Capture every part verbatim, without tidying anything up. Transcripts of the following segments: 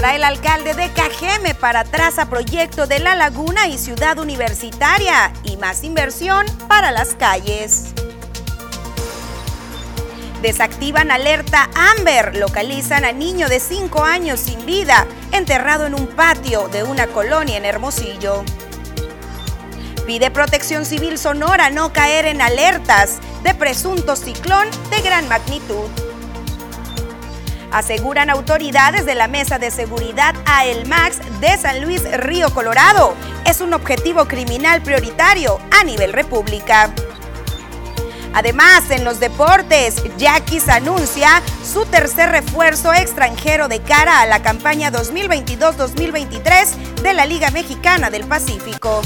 Echará el alcalde de Cajeme para atrás a proyecto de La Laguna y Ciudad Universitaria y más inversión para las calles. Desactivan alerta Amber, localizan a niño de cinco años sin vida, enterrado en un patio de una colonia en Hermosillo. Pide Protección Civil Sonora no caer en alertas de presunto ciclón de gran magnitud. Aseguran autoridades de la Mesa de Seguridad a El Max de San Luis Río Colorado. Es un objetivo criminal prioritario a nivel república. Además, en los deportes, Yaquis anuncia su tercer refuerzo extranjero de cara a la campaña dos mil veintidós dos mil veintitrés de la Liga Mexicana del Pacífico.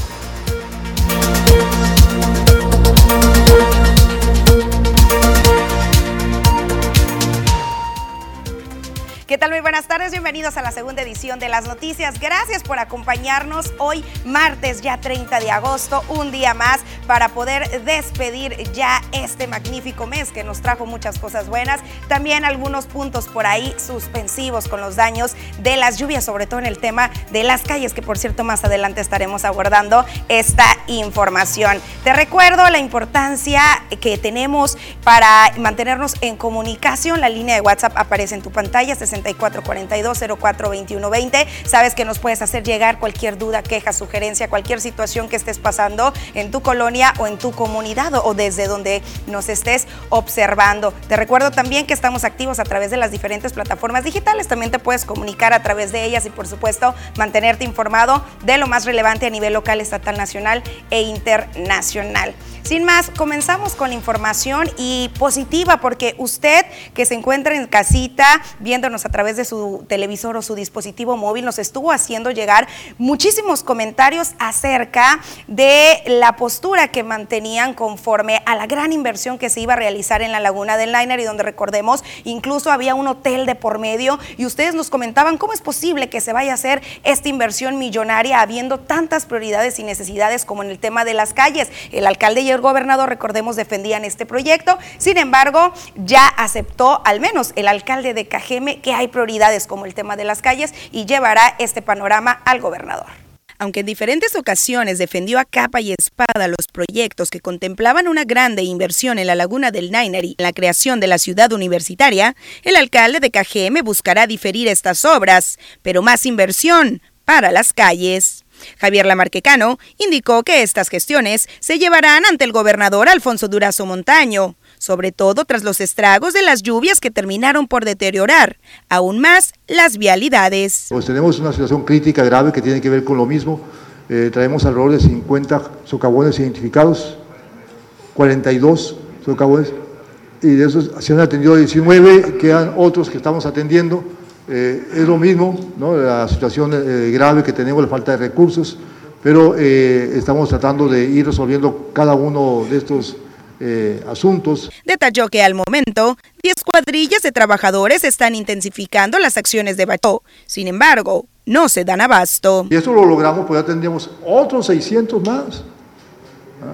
¿Qué tal? Muy buenas tardes, bienvenidos a la segunda edición de las noticias. Gracias por acompañarnos hoy, martes ya treinta de agosto, un día más para poder despedir ya este magnífico mes que nos trajo muchas cosas buenas. También algunos puntos por ahí suspensivos con los daños de las lluvias, sobre todo en el tema de las calles, que por cierto más adelante estaremos abordando esta información. Te recuerdo la importancia que tenemos para mantenernos en comunicación. La línea de WhatsApp aparece en tu pantalla, sesenta y cuatro cuarenta y dos cero cuatro veintiuno veinte. Sabes que nos puedes hacer llegar cualquier duda, queja, sugerencia, cualquier situación que estés pasando en tu colonia o en tu comunidad o desde donde nos estés observando. Te recuerdo también que estamos activos a través de las diferentes plataformas digitales. También te puedes comunicar a través de ellas y por supuesto mantenerte informado de lo más relevante a nivel local, estatal, nacional e internacional. Sin más, comenzamos con la información y positiva porque usted que se encuentra en casita viéndonos a través de su televisor o su dispositivo móvil nos estuvo haciendo llegar muchísimos comentarios acerca de la postura que mantenían conforme a la gran inversión que se iba a realizar en la Laguna del Liner y donde recordemos incluso había un hotel de por medio y ustedes nos comentaban cómo es posible que se vaya a hacer esta inversión millonaria habiendo tantas prioridades y necesidades como en el tema de las calles. El alcalde y el gobernador, recordemos, defendían este proyecto, sin embargo ya aceptó al menos el alcalde de Cajeme que hay prioridades como el tema de las calles y llevará este panorama al gobernador. Aunque en diferentes ocasiones defendió a capa y espada los proyectos que contemplaban una grande inversión en la Laguna del Liner y en la creación de la ciudad universitaria, el alcalde de Cajeme buscará diferir estas obras, pero más inversión para las calles. Javier Lamarquecano indicó que estas gestiones se llevarán ante el gobernador Alfonso Durazo Montaño, sobre todo tras los estragos de las lluvias que terminaron por deteriorar aún más las vialidades. Pues tenemos una situación crítica grave que tiene que ver con lo mismo. Eh, traemos alrededor de cincuenta socavones identificados, cuarenta y dos socavones, y de esos se han atendido diecinueve, quedan otros que estamos atendiendo. Eh, es lo mismo, ¿no? La situación eh, grave que tenemos, la falta de recursos, pero eh, estamos tratando de ir resolviendo cada uno de estos eh, asuntos. Detalló que al momento, diez cuadrillas de trabajadores están intensificando las acciones de bacheo, sin embargo, no se dan abasto. Y eso lo logramos, pues ya tendríamos otros seiscientos más. ¿Ah?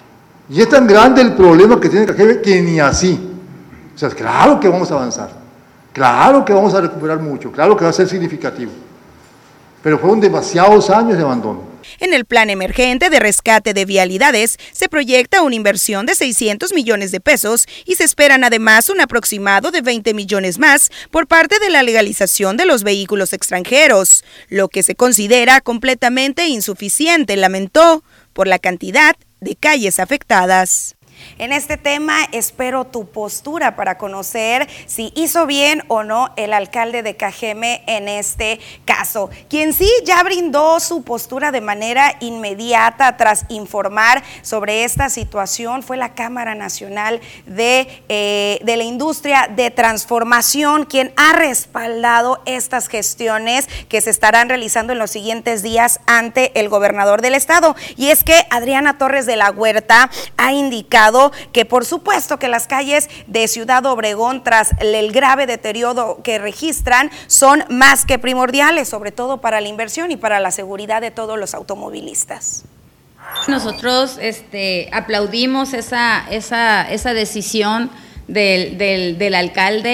Y es tan grande el problema que tiene Cajeme que ni así. O sea, claro que vamos a avanzar. Claro que vamos a recuperar mucho, claro que va a ser significativo, pero fueron demasiados años de abandono. En el plan emergente de rescate de vialidades se proyecta una inversión de seiscientos millones de pesos y se esperan además un aproximado de veinte millones más por parte de la legalización de los vehículos extranjeros, lo que se considera completamente insuficiente, lamentó, por la cantidad de calles afectadas. En este tema espero tu postura para conocer si hizo bien o no el alcalde de Cajeme en este caso. Quien sí ya brindó su postura de manera inmediata tras informar sobre esta situación fue la Cámara Nacional de, eh, de la Industria de Transformación, quien ha respaldado estas gestiones que se estarán realizando en los siguientes días ante el gobernador del estado. Y es que Adriana Torres de la Huerta ha indicado que por supuesto que las calles de Ciudad Obregón, tras el grave deterioro que registran, son más que primordiales, sobre todo para la inversión y para la seguridad de todos los automovilistas. Nosotros este, aplaudimos esa, esa, esa decisión del, del, del alcalde.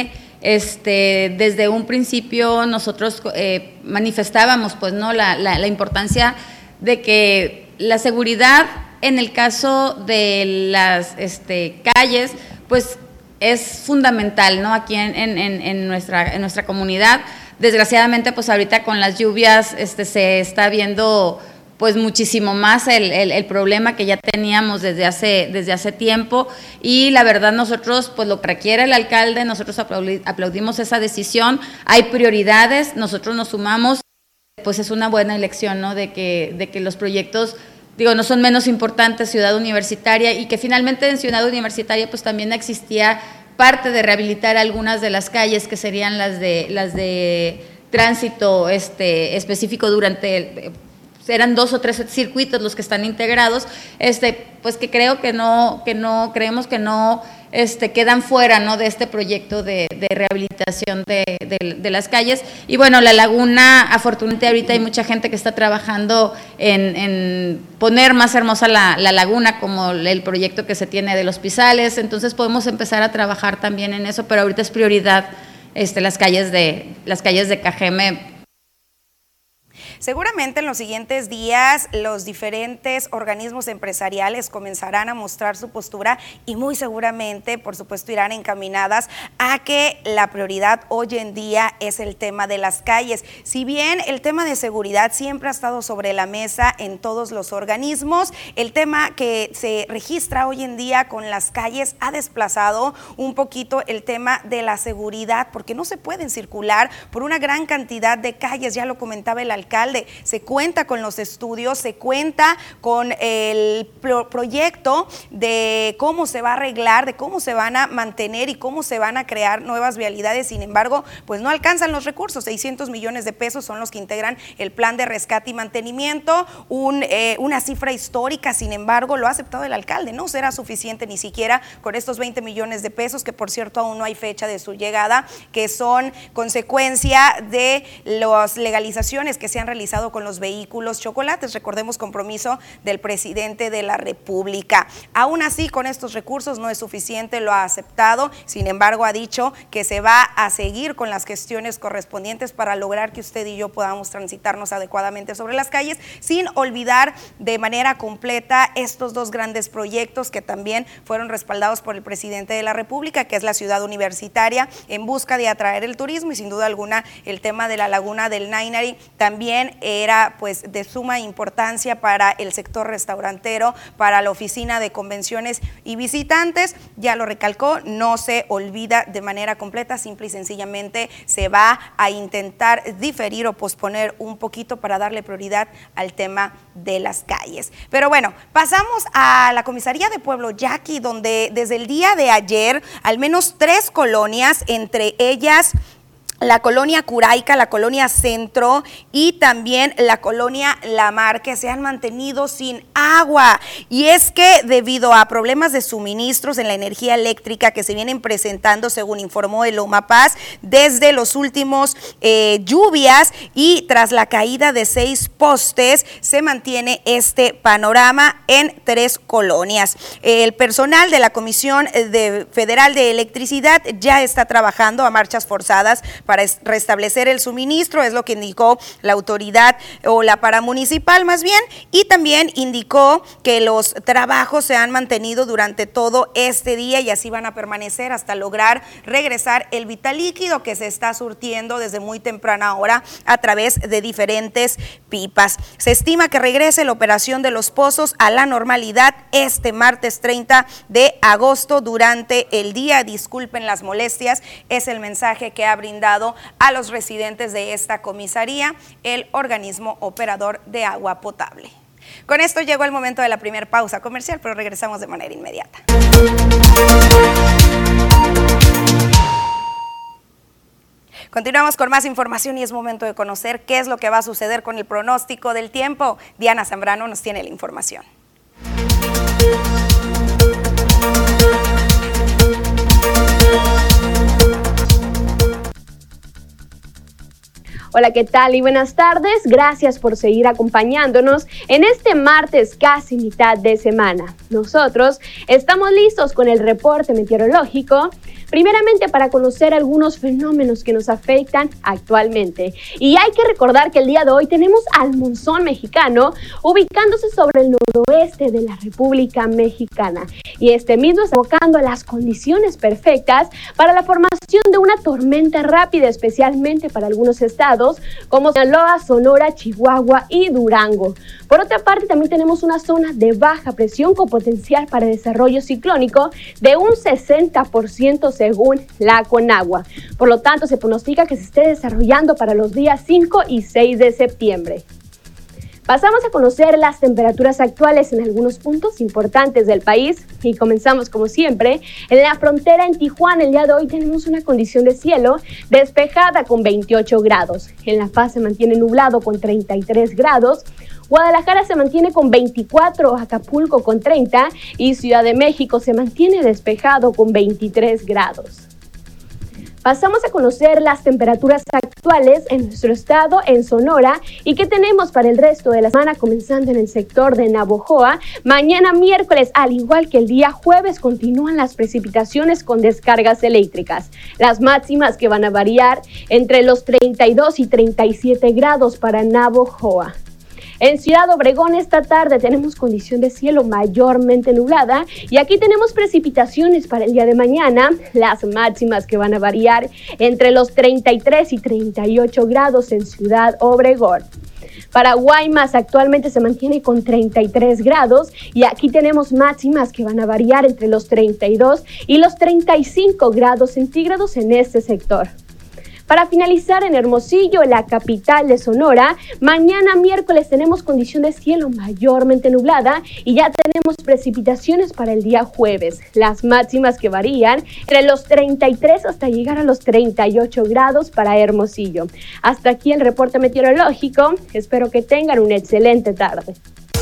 este, desde un principio nosotros eh, manifestábamos pues, ¿no? la, la, la importancia de que la seguridad en el caso de las este, calles, pues es fundamental, ¿no? Aquí en, en, en, nuestra, en nuestra comunidad. Desgraciadamente, pues ahorita con las lluvias este, se está viendo pues muchísimo más el, el, el problema que ya teníamos desde hace, desde hace tiempo, y la verdad nosotros, pues lo que requiere el alcalde, nosotros aplaudi, aplaudimos esa decisión. Hay prioridades, nosotros nos sumamos, pues es una buena elección, ¿no? De que, de que los proyectos, digo, no son menos importantes, Ciudad Universitaria, y que finalmente en Ciudad Universitaria pues también existía parte de rehabilitar algunas de las calles que serían las de, las de tránsito este, específico durante el, eran dos o tres circuitos los que están integrados, este, pues que creo que no, que no, creemos que no este, quedan fuera, ¿no? de este proyecto de, de rehabilitación de, de, de las calles. Y bueno, la laguna, afortunadamente ahorita hay mucha gente que está trabajando en, en poner más hermosa la, la laguna, como el proyecto que se tiene de los Pisales, entonces podemos empezar a trabajar también en eso, pero ahorita es prioridad este, las calles de, las calles de Cajeme. Seguramente en los siguientes días los diferentes organismos empresariales comenzarán a mostrar su postura y muy seguramente, por supuesto, irán encaminadas a que la prioridad hoy en día es el tema de las calles. Si bien el tema de seguridad siempre ha estado sobre la mesa en todos los organismos, el tema que se registra hoy en día con las calles ha desplazado un poquito el tema de la seguridad, porque no se pueden circular por una gran cantidad de calles, ya lo comentaba el alcalde. Se cuenta con los estudios, se cuenta con el pro proyecto de cómo se va a arreglar, de cómo se van a mantener y cómo se van a crear nuevas vialidades. Sin embargo, pues no alcanzan los recursos. seiscientos millones de pesos son los que integran el plan de rescate y mantenimiento, un, eh, una cifra histórica. Sin embargo, lo ha aceptado el alcalde, no será suficiente ni siquiera con estos veinte millones de pesos, que por cierto aún no hay fecha de su llegada, que son consecuencia de las legalizaciones que se han realizado con los vehículos chocolates. Recordemos, compromiso del presidente de la República. Aún así, con estos recursos no es suficiente, lo ha aceptado. Sin embargo, ha dicho que se va a seguir con las gestiones correspondientes para lograr que usted y yo podamos transitarnos adecuadamente sobre las calles, sin olvidar de manera completa estos dos grandes proyectos que también fueron respaldados por el presidente de la República, que es la Ciudad Universitaria, en busca de atraer el turismo, y sin duda alguna el tema de la laguna del Nainari también era pues de suma importancia para el sector restaurantero, para la oficina de convenciones y visitantes. Ya lo recalcó, no se olvida de manera completa, simple y sencillamente se va a intentar diferir o posponer un poquito para darle prioridad al tema de las calles. Pero bueno, pasamos a la comisaría de Pueblo Yaqui, donde desde el día de ayer al menos tres colonias, entre ellas la colonia Curaica, la colonia Centro y también la colonia La Mar, que se han mantenido sin agua. Y es que debido a problemas de suministros en la energía eléctrica que se vienen presentando, según informó el OMAPAS, desde los últimos eh, lluvias y tras la caída de seis postes, se mantiene este panorama en tres colonias. El personal de la Comisión de Federal de Electricidad ya está trabajando a marchas forzadas para para restablecer el suministro, es lo que indicó la autoridad o la paramunicipal más bien, y también indicó que los trabajos se han mantenido durante todo este día y así van a permanecer hasta lograr regresar el vital líquido que se está surtiendo desde muy temprana hora a través de diferentes pipas. Se estima que regrese la operación de los pozos a la normalidad este martes treinta de agosto durante el día. Disculpen las molestias, es el mensaje que ha brindado a los residentes de esta comisaría el organismo operador de agua potable. Con esto llegó el momento de la primera pausa comercial, pero regresamos de manera inmediata. Continuamos con más información y es momento de conocer qué es lo que va a suceder con el pronóstico del tiempo. Diana Zambrano nos tiene la información. Hola, ¿qué tal? Y buenas tardes. Gracias por seguir acompañándonos en este martes casi mitad de semana. Nosotros estamos listos con el reporte meteorológico primeramente para conocer algunos fenómenos que nos afectan actualmente. Y hay que recordar que el día de hoy tenemos al monzón mexicano ubicándose sobre el noroeste de la República Mexicana. Y este mismo está evocando las condiciones perfectas para la formación de una tormenta rápida, especialmente para algunos estados como Sinaloa, Sonora, Chihuahua y Durango. Por otra parte, también tenemos una zona de baja presión con potencial para desarrollo ciclónico de un sesenta por ciento según la Conagua. Por lo tanto, se pronostica que se esté desarrollando para los días cinco y seis de septiembre. Pasamos a conocer las temperaturas actuales en algunos puntos importantes del país y comenzamos como siempre en la frontera en Tijuana. El día de hoy tenemos una condición de cielo despejada con veintiocho grados. En La Paz se mantiene nublado con treinta y tres grados. Guadalajara se mantiene con veinticuatro, Acapulco con treinta y Ciudad de México se mantiene despejado con veintitrés grados. Pasamos a conocer las temperaturas actuales en nuestro estado, en Sonora, y qué tenemos para el resto de la semana, comenzando en el sector de Navojoa. Mañana miércoles, al igual que el día jueves, continúan las precipitaciones con descargas eléctricas. Las máximas que van a variar entre los treinta y dos y treinta y siete grados para Navojoa. En Ciudad Obregón esta tarde tenemos condición de cielo mayormente nublada y aquí tenemos precipitaciones para el día de mañana, las máximas que van a variar entre los treinta y tres y treinta y ocho grados en Ciudad Obregón. Para Guaymas actualmente se mantiene con treinta y tres grados y aquí tenemos máximas que van a variar entre los treinta y dos y los treinta y cinco grados centígrados en este sector. Para finalizar, en Hermosillo, la capital de Sonora, mañana miércoles tenemos condición de cielo mayormente nublada y ya tenemos precipitaciones para el día jueves. Las máximas que varían entre los treinta y tres hasta llegar a los treinta y ocho grados para Hermosillo. Hasta aquí el reporte meteorológico. Espero que tengan una excelente tarde.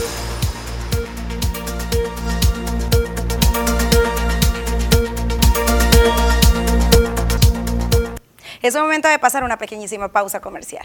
Es momento de pasar una pequeñísima pausa comercial.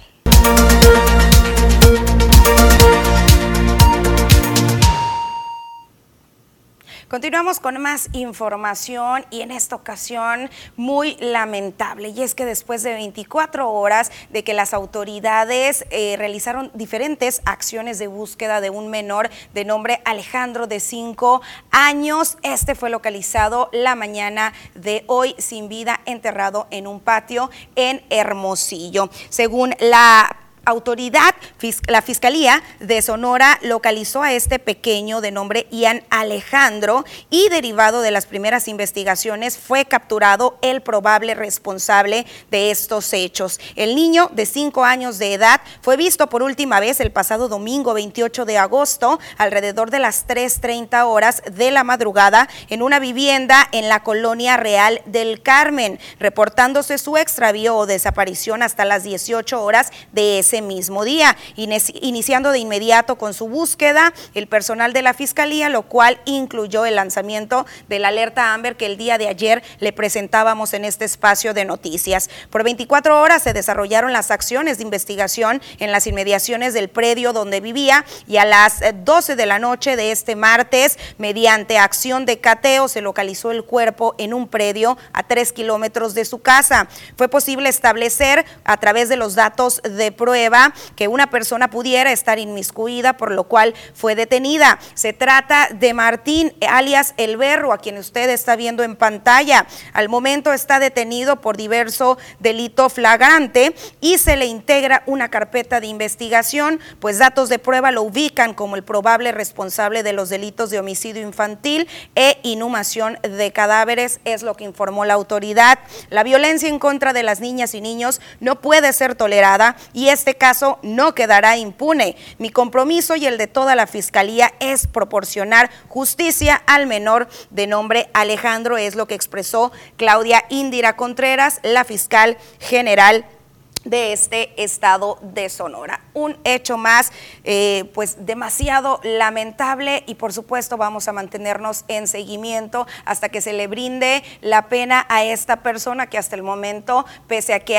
Continuamos con más información y en esta ocasión muy lamentable, y es que después de veinticuatro horas de que las autoridades eh, realizaron diferentes acciones de búsqueda de un menor de nombre Alejandro de cinco años, este fue localizado la mañana de hoy sin vida, enterrado en un patio en Hermosillo. Según la autoridad, la Fiscalía de Sonora localizó a este pequeño de nombre Ian Alejandro y derivado de las primeras investigaciones fue capturado el probable responsable de estos hechos. El niño de cinco años de edad fue visto por última vez el pasado domingo veintiocho de agosto alrededor de las tres treinta horas de la madrugada en una vivienda en la colonia Real del Carmen, reportándose su extravío o desaparición hasta las dieciocho horas de ese mismo día, iniciando de inmediato con su búsqueda el personal de la Fiscalía, lo cual incluyó el lanzamiento de la alerta Amber que el día de ayer le presentábamos en este espacio de noticias. Por veinticuatro horas se desarrollaron las acciones de investigación en las inmediaciones del predio donde vivía y a las doce de la noche de este martes, mediante acción de cateo, se localizó el cuerpo en un predio a tres kilómetros de su casa. Fue posible establecer a través de los datos de prueba que una persona pudiera estar inmiscuida, por lo cual fue detenida. Se trata de Martín, alias El Berro, a quien usted está viendo en pantalla. Al momento está detenido por diverso delito flagrante y se le integra una carpeta de investigación, pues datos de prueba lo ubican como el probable responsable de los delitos de homicidio infantil e inhumación de cadáveres, es lo que informó la autoridad. La violencia en contra de las niñas y niños no puede ser tolerada y este caso no quedará impune. Mi compromiso y el de toda la Fiscalía es proporcionar justicia al menor de nombre Alejandro, es lo que expresó Claudia Indira Contreras, la fiscal general de este estado de Sonora. Un hecho más, eh, pues demasiado lamentable, y por supuesto vamos a mantenernos en seguimiento hasta que se le brinde la pena a esta persona que hasta el momento, pese a que hay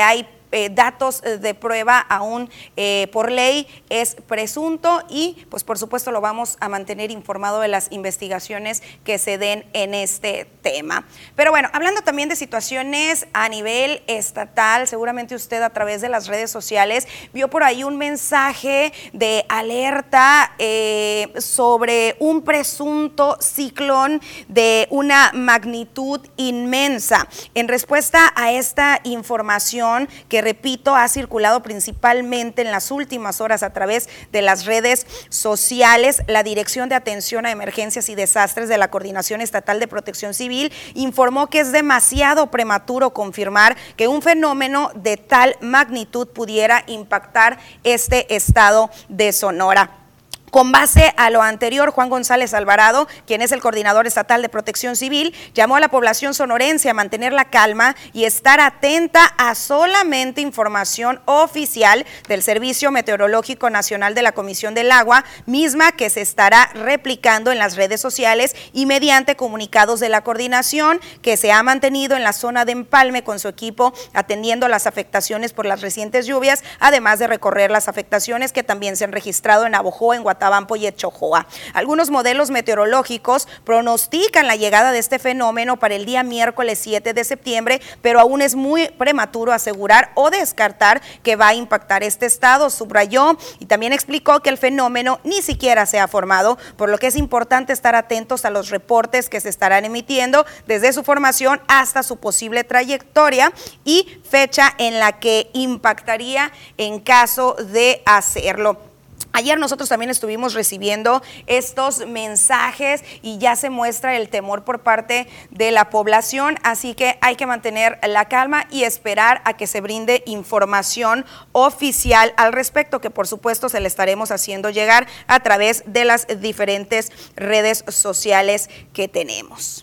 eh, datos de prueba aún eh, por ley, es presunto y pues por supuesto lo vamos a mantener informado de las investigaciones que se den en este tema. Pero bueno, hablando también de situaciones a nivel estatal, seguramente usted a través de las redes sociales vio por ahí un mensaje de alerta eh, sobre un presunto ciclón de una magnitud inmensa. En respuesta a esta información que, repito, ha circulado principalmente en las últimas horas a través de las redes sociales, la Dirección de Atención a Emergencias y Desastres de la Coordinación Estatal de Protección Civil informó que es demasiado prematuro confirmar que un fenómeno de tal magnitud pudiera impactar este estado de Sonora. Con base a lo anterior, Juan González Alvarado, quien es el coordinador estatal de Protección Civil, llamó a la población sonorense a mantener la calma y estar atenta a solamente información oficial del Servicio Meteorológico Nacional de la Comisión del Agua, misma que se estará replicando en las redes sociales y mediante comunicados de la coordinación, que se ha mantenido en la zona de Empalme con su equipo atendiendo las afectaciones por las recientes lluvias, además de recorrer las afectaciones que también se han registrado en Abojoa, en Guatemala, Tabampo y Echojoa. Algunos modelos meteorológicos pronostican la llegada de este fenómeno para el día miércoles siete de septiembre, pero aún es muy prematuro asegurar o descartar que va a impactar este estado, subrayó, y también explicó que el fenómeno ni siquiera se ha formado, por lo que es importante estar atentos a los reportes que se estarán emitiendo desde su formación hasta su posible trayectoria y fecha en la que impactaría en caso de hacerlo. Ayer nosotros también estuvimos recibiendo estos mensajes y ya se muestra el temor por parte de la población, así que hay que mantener la calma y esperar a que se brinde información oficial al respecto, que por supuesto se le estaremos haciendo llegar a través de las diferentes redes sociales que tenemos.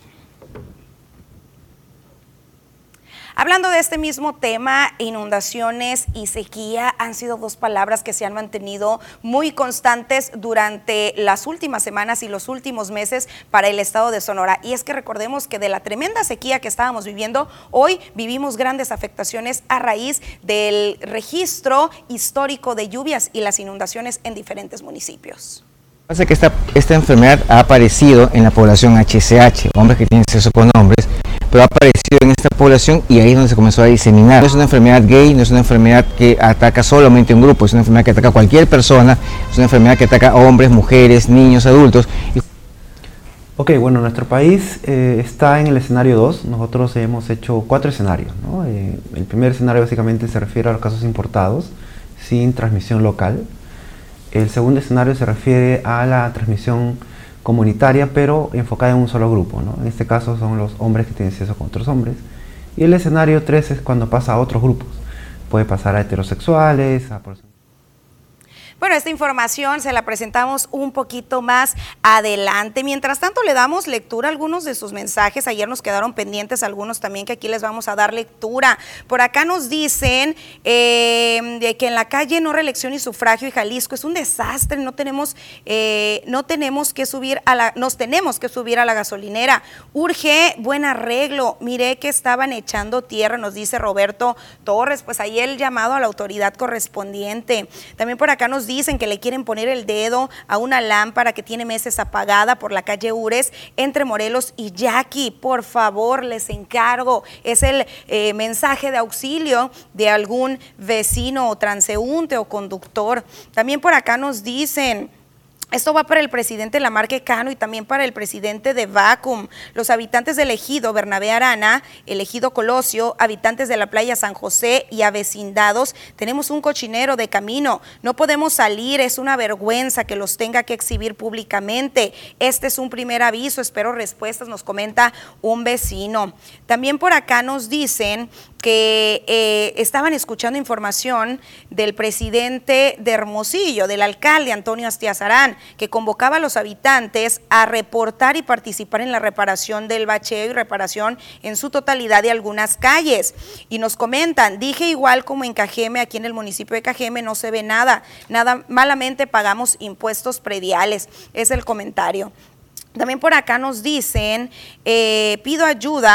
Hablando de este mismo tema, inundaciones y sequía han sido dos palabras que se han mantenido muy constantes durante las últimas semanas y los últimos meses para el estado de Sonora. Y es que recordemos que de la tremenda sequía que estábamos viviendo, hoy vivimos grandes afectaciones a raíz del registro histórico de lluvias y las inundaciones en diferentes municipios. Pasa que esta, esta enfermedad ha aparecido en la población H C H, hombres que tienen sexo con hombres, pero ha aparecido en esta población y ahí es donde se comenzó a diseminar. No es una enfermedad gay, no es una enfermedad que ataca solamente a un grupo, es una enfermedad que ataca a cualquier persona, es una enfermedad que ataca a hombres, mujeres, niños, adultos. Ok, bueno, nuestro país eh, está en el escenario dos, nosotros hemos hecho cuatro escenarios, ¿no? Eh, el primer escenario básicamente se refiere a los casos importados, sin transmisión local. El segundo escenario se refiere a la transmisión comunitaria, pero enfocada en un solo grupo, ¿no? En este caso son los hombres que tienen sexo con otros hombres. Y el escenario tres es cuando pasa a otros grupos. Puede pasar a heterosexuales, a personas. Bueno, esta información se la presentamos un poquito más adelante. Mientras tanto, le damos lectura a algunos de sus mensajes. Ayer nos quedaron pendientes algunos también que aquí les vamos a dar lectura. Por acá nos dicen eh, de que en la calle no reelección y sufragio y Jalisco es un desastre. No tenemos, eh, no tenemos que subir a la, nos tenemos que subir a la gasolinera. Urge buen arreglo. Miré que estaban echando tierra, nos dice Roberto Torres. Pues ahí el llamado a la autoridad correspondiente. También por acá nos dicen que le quieren poner el dedo a una lámpara que tiene meses apagada por la calle Ures entre Morelos y Yaqui. Por favor, les encargo. Es el eh, mensaje de auxilio de algún vecino o transeúnte o conductor. También por acá nos dicen... Esto va para el presidente Lamarque Cano y también para el presidente de Vacum. Los habitantes del ejido Bernabé Arana, el ejido Colosio, habitantes de la playa San José y avecindados, tenemos un cochinero de camino. No podemos salir, es una vergüenza que los tenga que exhibir públicamente. Este es un primer aviso, espero respuestas, nos comenta un vecino. También por acá nos dicen que eh, estaban escuchando información del presidente de Hermosillo, del alcalde Antonio Astiazarán, que convocaba a los habitantes a reportar y participar en la reparación del bacheo y reparación en su totalidad de algunas calles. Y nos comentan, dije igual como en Cajeme, aquí en el municipio de Cajeme no se ve nada, nada malamente pagamos impuestos prediales, es el comentario. También por acá nos dicen, eh, pido ayuda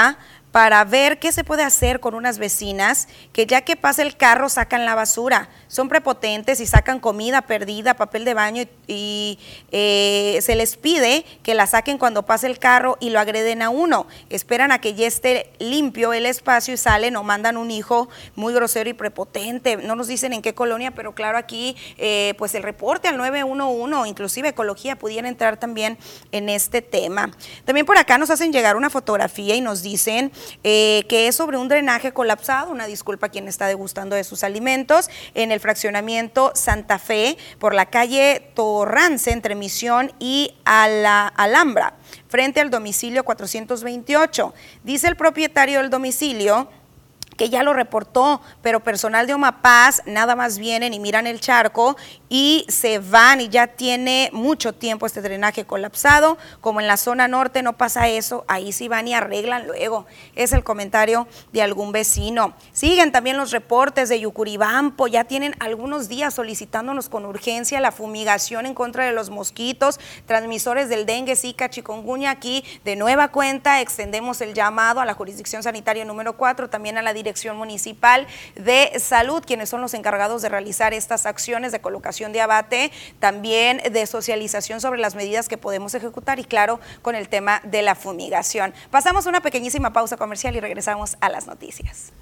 para ver qué se puede hacer con unas vecinas que ya que pasa el carro sacan la basura. Son prepotentes y sacan comida perdida, papel de baño y, y eh, se les pide que la saquen cuando pase el carro y lo agreden a uno. Esperan a que ya esté limpio el espacio y salen o mandan un hijo muy grosero y prepotente. No nos dicen en qué colonia, pero claro, aquí eh, pues el reporte al nueve uno uno, inclusive Ecología, pudiera entrar también en este tema. También por acá nos hacen llegar una fotografía y nos dicen eh, que es sobre un drenaje colapsado. Una disculpa a quien está degustando de sus alimentos en el fraccionamiento Santa Fe por la calle Torrance entre Misión y Ala, Alhambra, frente al domicilio cuatrocientos veintiocho. Dice el propietario del domicilio que ya lo reportó, pero personal de Omapaz nada más vienen y miran el charco y se van, y ya tiene mucho tiempo este drenaje colapsado. Como en la zona norte no pasa eso, ahí sí van y arreglan luego. Es el comentario de algún vecino. Siguen también los reportes de Yucuribampo, ya tienen algunos días solicitándonos con urgencia la fumigación en contra de los mosquitos, transmisores del dengue, zika, chikungunya. Aquí de nueva cuenta extendemos el llamado a la jurisdicción sanitaria número cuatro, también a la dirección municipal de salud, quienes son los encargados de realizar estas acciones de colocación de abate, también de socialización sobre las medidas que podemos ejecutar y claro, con el tema de la fumigación. Pasamos una pequeñísima pausa comercial y regresamos a las noticias.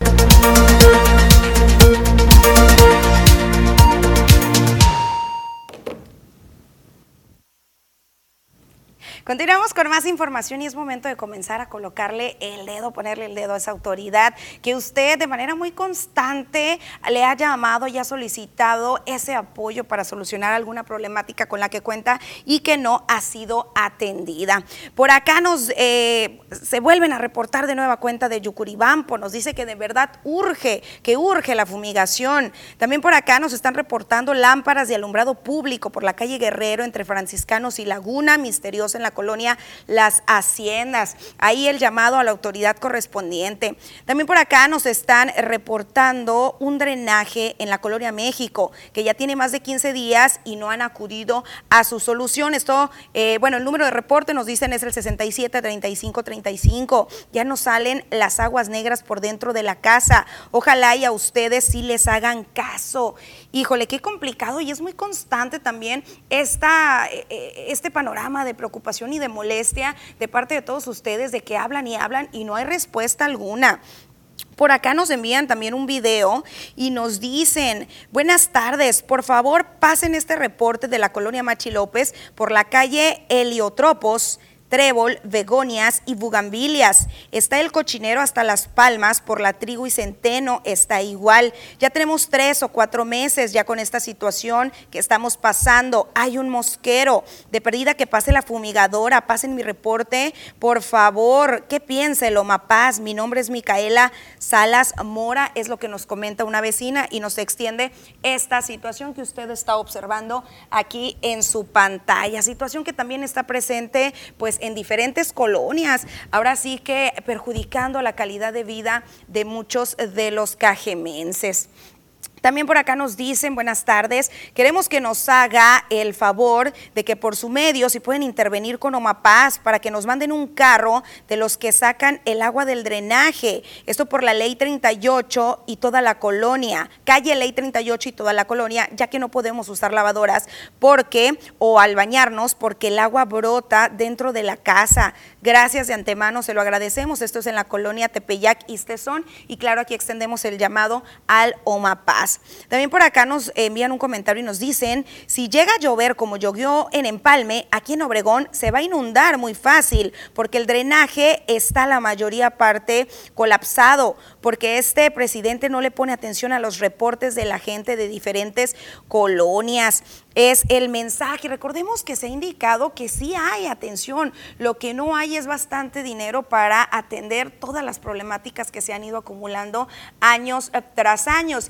Continuamos con más información y es momento de comenzar a colocarle el dedo, ponerle el dedo a esa autoridad que usted de manera muy constante le ha llamado y ha solicitado ese apoyo para solucionar alguna problemática con la que cuenta y que no ha sido atendida. Por acá nos eh, se vuelven a reportar de nueva cuenta de Yucuribampo, nos dice que de verdad urge, que urge la fumigación. También por acá nos están reportando lámparas de alumbrado público por la calle Guerrero entre Franciscanos y Laguna, misteriosa en la colonia Las Haciendas. Ahí el llamado a la autoridad correspondiente. También por acá nos están reportando un drenaje en la colonia México, que ya tiene más de quince días y no han acudido a su solución. Esto, eh, bueno, el número de reporte nos dicen es el sesenta y siete, treinta y cinco, treinta y cinco. Ya no salen las aguas negras por dentro de la casa. Ojalá y a ustedes sí les hagan caso. Híjole, qué complicado, y es muy constante también esta, este panorama de preocupación y de molestia de parte de todos ustedes, de que hablan y hablan y no hay respuesta alguna. Por acá nos envían también un video y nos dicen: buenas tardes, por favor pasen este reporte de la colonia Machi López por la calle Heliotropos, trébol, begonias y bugambilias. Está el cochinero hasta Las Palmas por la Trigo y Centeno, está igual. Ya tenemos tres o cuatro meses ya con esta situación que estamos pasando. Hay un mosquero, de perdida que pase la fumigadora, pasen mi reporte, por favor. ¿Qué piensa el Omapaz? Mi nombre es Micaela Salas Mora, es lo que nos comenta una vecina y nos extiende esta situación que usted está observando aquí en su pantalla. Situación que también está presente pues en diferentes colonias, ahora sí que perjudicando la calidad de vida de muchos de los cajemenses. También por acá nos dicen: buenas tardes, queremos que nos haga el favor de que por su medio, si pueden intervenir con Omapaz para que nos manden un carro de los que sacan el agua del drenaje. Esto por la ley treinta y ocho y toda la colonia, calle ley treinta y ocho y toda la colonia, ya que no podemos usar lavadoras porque, o al bañarnos, porque el agua brota dentro de la casa. Gracias de antemano, se lo agradecemos. Esto es en la colonia Tepeyac, Istezón, y claro, aquí extendemos el llamado al Omapaz. También por acá nos envían un comentario y nos dicen: si llega a llover como llovió en Empalme, aquí en Obregón se va a inundar muy fácil porque el drenaje está la mayoría parte colapsado, porque este presidente no le pone atención a los reportes de la gente de diferentes colonias. Es el mensaje. Recordemos que se ha indicado que sí hay atención, lo que no hay es bastante dinero para atender todas las problemáticas que se han ido acumulando años tras años. Y aquí también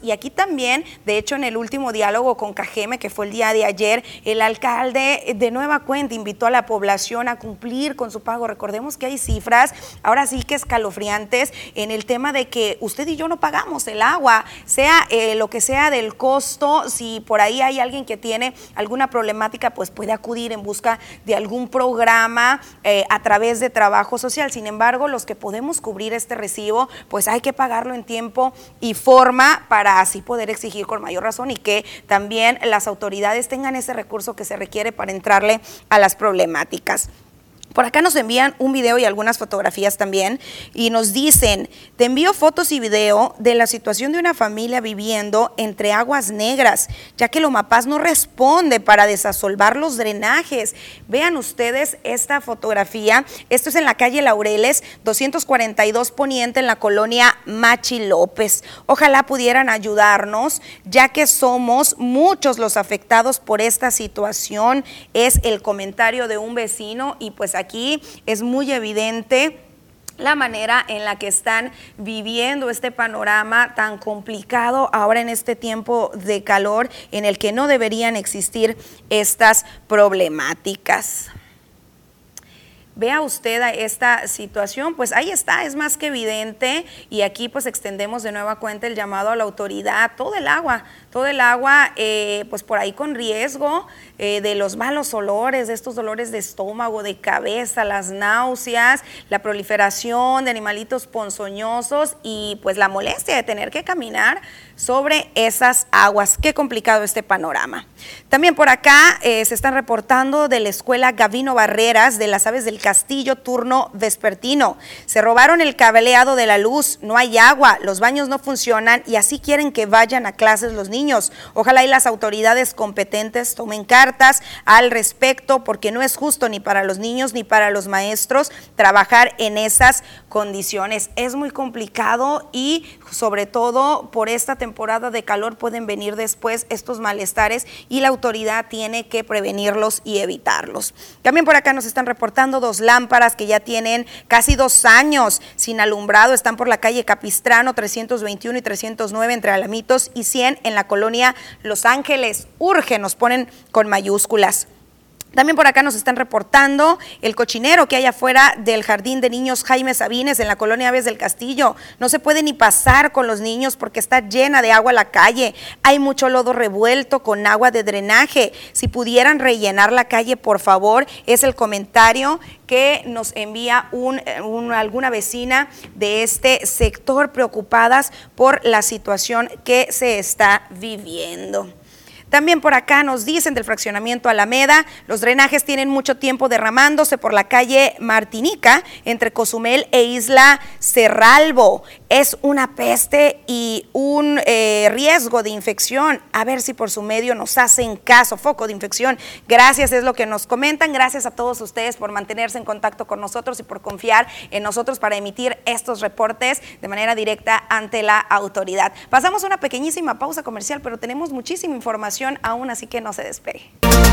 también, de hecho, en el último diálogo con Cajeme, que fue el día de ayer, el alcalde de nueva cuenta invitó a la población a cumplir con su pago. Recordemos que hay cifras, ahora sí que escalofriantes, en el tema de que usted y yo no pagamos el agua, sea eh, lo que sea del costo. Si por ahí hay alguien que tiene alguna problemática, pues puede acudir en busca de algún programa eh, a través de trabajo social. Sin embargo, los que podemos cubrir este recibo, pues hay que pagarlo en tiempo y forma para así poder exigir con mayor razón y que también las autoridades tengan ese recurso que se requiere para entrarle a las problemáticas. Por acá nos envían un video y algunas fotografías también y nos dicen, te envío fotos y video de la situación de una familia viviendo entre aguas negras, ya que Lomapaz no responde para desasolvar los drenajes. Vean ustedes esta fotografía, esto es en la calle Laureles, doscientos cuarenta y dos Poniente, en la colonia Machi López. Ojalá pudieran ayudarnos, ya que somos muchos los afectados por esta situación, es el comentario de un vecino y pues aquí es muy evidente la manera en la que están viviendo este panorama tan complicado ahora en este tiempo de calor en el que no deberían existir estas problemáticas. Vea usted a esta situación, pues ahí está, es más que evidente y aquí pues extendemos de nueva cuenta el llamado a la autoridad, todo el agua, todo el agua eh, pues por ahí con riesgo eh, de los malos olores, de estos dolores de estómago, de cabeza, las náuseas, la proliferación de animalitos ponzoñosos y pues la molestia de tener que caminar sobre esas aguas. Qué complicado este panorama. También por acá eh, se están reportando de la escuela Gavino Barreras de las Aves del Castillo, turno vespertino. Se robaron el cableado de la luz, no hay agua, los baños no funcionan y así quieren que vayan a clases los niños. Ojalá y las autoridades competentes tomen cartas al respecto porque no es justo ni para los niños ni para los maestros trabajar en esas condiciones. Es muy complicado y sobre todo por esta temporada de calor pueden venir después estos malestares y la autoridad tiene que prevenirlos y evitarlos. También por acá nos están reportando dos lámparas que ya tienen casi dos años sin alumbrado, están por la calle Capistrano trescientos veintiuno y trescientos nueve entre Alamitos y cien en la colonia Los Ángeles. Urge, nos ponen con mayúsculas. También por acá nos están reportando el cochinero que hay afuera del Jardín de Niños Jaime Sabines en la colonia Aves del Castillo. No se puede ni pasar con los niños porque está llena de agua la calle. Hay mucho lodo revuelto con agua de drenaje. Si pudieran rellenar la calle, por favor, es el comentario que nos envía un, un, alguna vecina de este sector preocupadas por la situación que se está viviendo. También por acá nos dicen del fraccionamiento Alameda, los drenajes tienen mucho tiempo derramándose por la calle Martinica, entre Cozumel e Isla Cerralbo. Es una peste y un eh, riesgo de infección. A ver si por su medio nos hacen caso, foco de infección. Gracias, es lo que nos comentan. Gracias a todos ustedes por mantenerse en contacto con nosotros y por confiar en nosotros para emitir estos reportes de manera directa ante la autoridad. Pasamos una pequeñísima pausa comercial, pero tenemos muchísima información aún, así que no se despegue.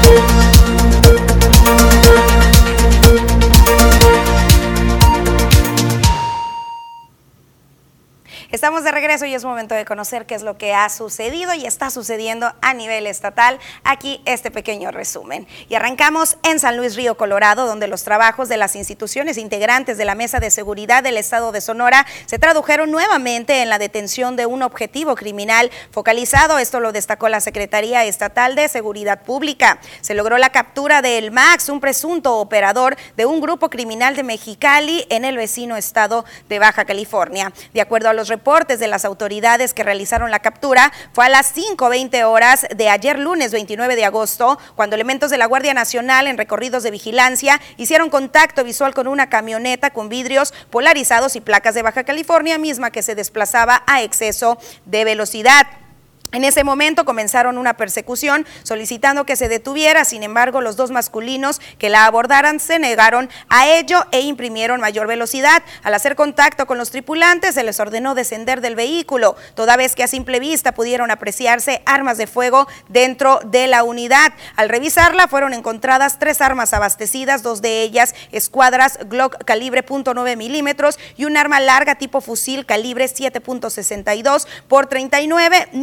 Estamos de regreso y es momento de conocer qué es lo que ha sucedido y está sucediendo a nivel estatal. Aquí este pequeño resumen. Y arrancamos en San Luis Río Colorado, donde los trabajos de las instituciones integrantes de la Mesa de Seguridad del Estado de Sonora se tradujeron nuevamente en la detención de un objetivo criminal focalizado. Esto lo destacó la Secretaría Estatal de Seguridad Pública. Se logró la captura de El Max, un presunto operador de un grupo criminal de Mexicali en el vecino estado de Baja California. De acuerdo a los reportes de las autoridades que realizaron la captura, fue a las cinco veinte horas de ayer lunes veintinueve de agosto, cuando elementos de la Guardia Nacional en recorridos de vigilancia hicieron contacto visual con una camioneta con vidrios polarizados y placas de Baja California, misma que se desplazaba a exceso de velocidad. En ese momento comenzaron una persecución solicitando que se detuviera, sin embargo los dos masculinos que la abordaran se negaron a ello e imprimieron mayor velocidad. Al hacer contacto con los tripulantes se les ordenó descender del vehículo, toda vez que a simple vista pudieron apreciarse armas de fuego dentro de la unidad. Al revisarla fueron encontradas tres armas abastecidas, dos de ellas escuadras Glock calibre punto nueve milímetros y un arma larga tipo fusil calibre siete punto sesenta y dos por treinta y nueve, mismo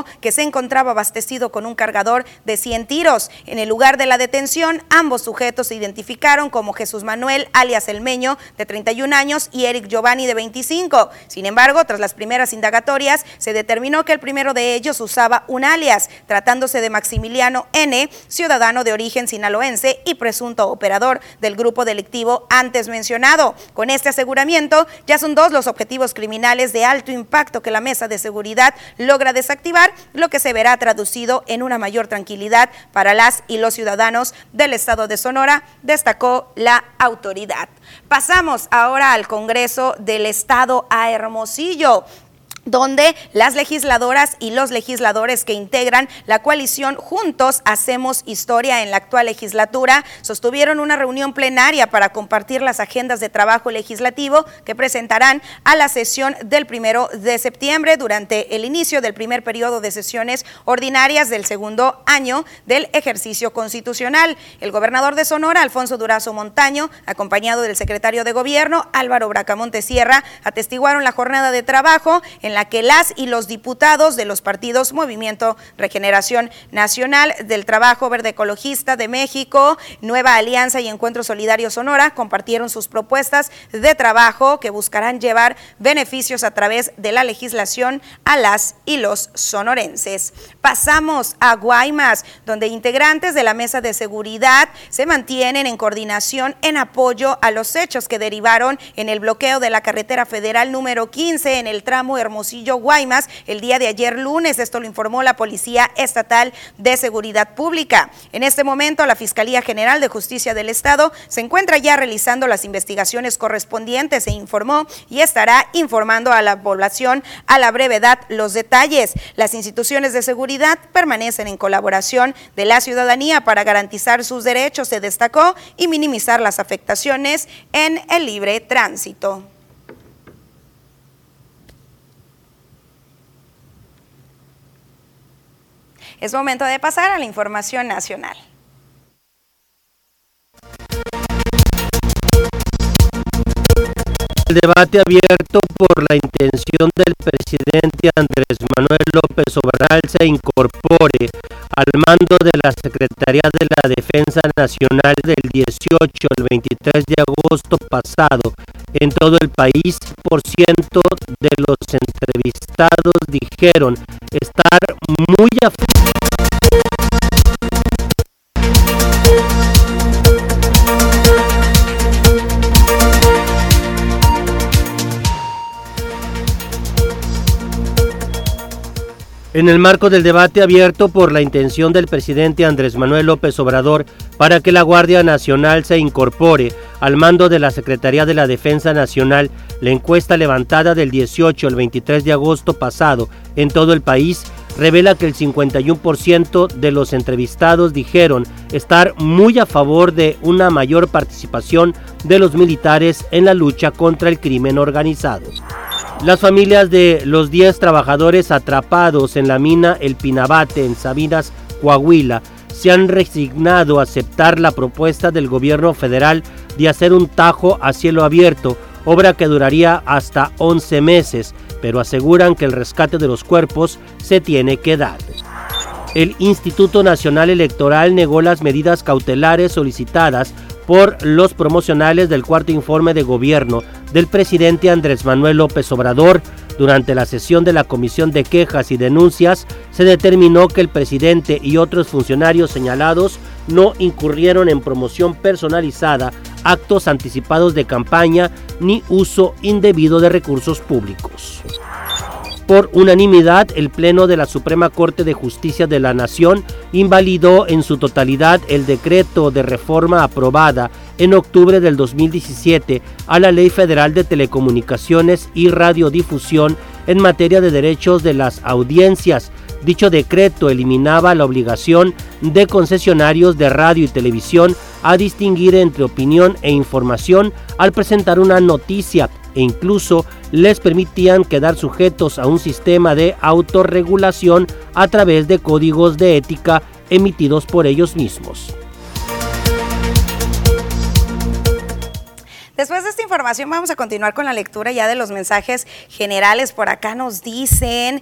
informó que se encontraba abastecido con un cargador de cien tiros. En el lugar de la detención, ambos sujetos se identificaron como Jesús Manuel, alias El Meño, de treinta y un años, y Eric Giovanni, de veinticinco. Sin embargo, tras las primeras indagatorias, se determinó que el primero de ellos usaba un alias, tratándose de Maximiliano N., ciudadano de origen sinaloense y presunto operador del grupo delictivo antes mencionado. Con este aseguramiento, ya son dos los objetivos criminales de alto impacto que la Mesa de Seguridad logra desactivar, lo que se verá traducido en una mayor tranquilidad para las y los ciudadanos del estado de Sonora, destacó la autoridad. Pasamos ahora al Congreso del Estado, a Hermosillo, donde las legisladoras y los legisladores que integran la coalición Juntos Hacemos Historia en la actual legislatura sostuvieron una reunión plenaria para compartir las agendas de trabajo legislativo que presentarán a la sesión del primero de septiembre durante el inicio del primer periodo de sesiones ordinarias del segundo año del ejercicio constitucional. El gobernador de Sonora, Alfonso Durazo Montaño, acompañado del secretario de Gobierno, Álvaro Bracamonte Sierra, atestiguaron la jornada de trabajo en la que las y los diputados de los partidos Movimiento Regeneración Nacional, del Trabajo Verde Ecologista de México, Nueva Alianza y Encuentro Solidario Sonora compartieron sus propuestas de trabajo que buscarán llevar beneficios a través de la legislación a las y los sonorenses. Pasamos a Guaymas, donde integrantes de la Mesa de Seguridad se mantienen en coordinación en apoyo a los hechos que derivaron en el bloqueo de la carretera federal número quince en el tramo Hermosillo Guaymas el día de ayer lunes. Esto lo informó la Policía Estatal de Seguridad Pública. En este momento, la Fiscalía General de Justicia del Estado se encuentra ya realizando las investigaciones correspondientes, se informó, y estará informando a la población a la brevedad los detalles. Las instituciones de seguridad permanecen en colaboración de la ciudadanía para garantizar sus derechos, se destacó, y minimizar las afectaciones en el libre tránsito. Es momento de pasar a la información nacional. El debate abierto por la intención del presidente Andrés Manuel López Obrador se incorpore al mando de la Secretaría de la Defensa Nacional del dieciocho al veintitrés de agosto pasado en todo el país. Por ciento de los entrevistados dijeron estar muy a En el marco del debate abierto por la intención del presidente Andrés Manuel López Obrador para que la Guardia Nacional se incorpore al mando de la Secretaría de la Defensa Nacional, la encuesta levantada del dieciocho al veintitrés de agosto pasado en todo el país revela que el cincuenta y uno por ciento de los entrevistados dijeron estar muy a favor de una mayor participación de los militares en la lucha contra el crimen organizado. Las familias de los diez trabajadores atrapados en la mina El Pinabate en Sabinas, Coahuila, se han resignado a aceptar la propuesta del gobierno federal de hacer un tajo a cielo abierto, obra que duraría hasta once meses, pero aseguran que el rescate de los cuerpos se tiene que dar. El Instituto Nacional Electoral negó las medidas cautelares solicitadas por los promocionales del cuarto informe de gobierno del presidente Andrés Manuel López Obrador. Durante la sesión de la Comisión de Quejas y Denuncias se determinó que el presidente y otros funcionarios señalados no incurrieron en promoción personalizada, actos anticipados de campaña ni uso indebido de recursos públicos. Por unanimidad, el Pleno de la Suprema Corte de Justicia de la Nación invalidó en su totalidad el decreto de reforma aprobada en octubre del dos mil diecisiete a la Ley Federal de Telecomunicaciones y Radiodifusión en materia de derechos de las audiencias. Dicho decreto eliminaba la obligación de concesionarios de radio y televisión a distinguir entre opinión e información al presentar una noticia, e incluso les permitían quedar sujetos a un sistema de autorregulación a través de códigos de ética emitidos por ellos mismos. Después de esta información vamos a continuar con la lectura ya de los mensajes generales. Por acá nos dicen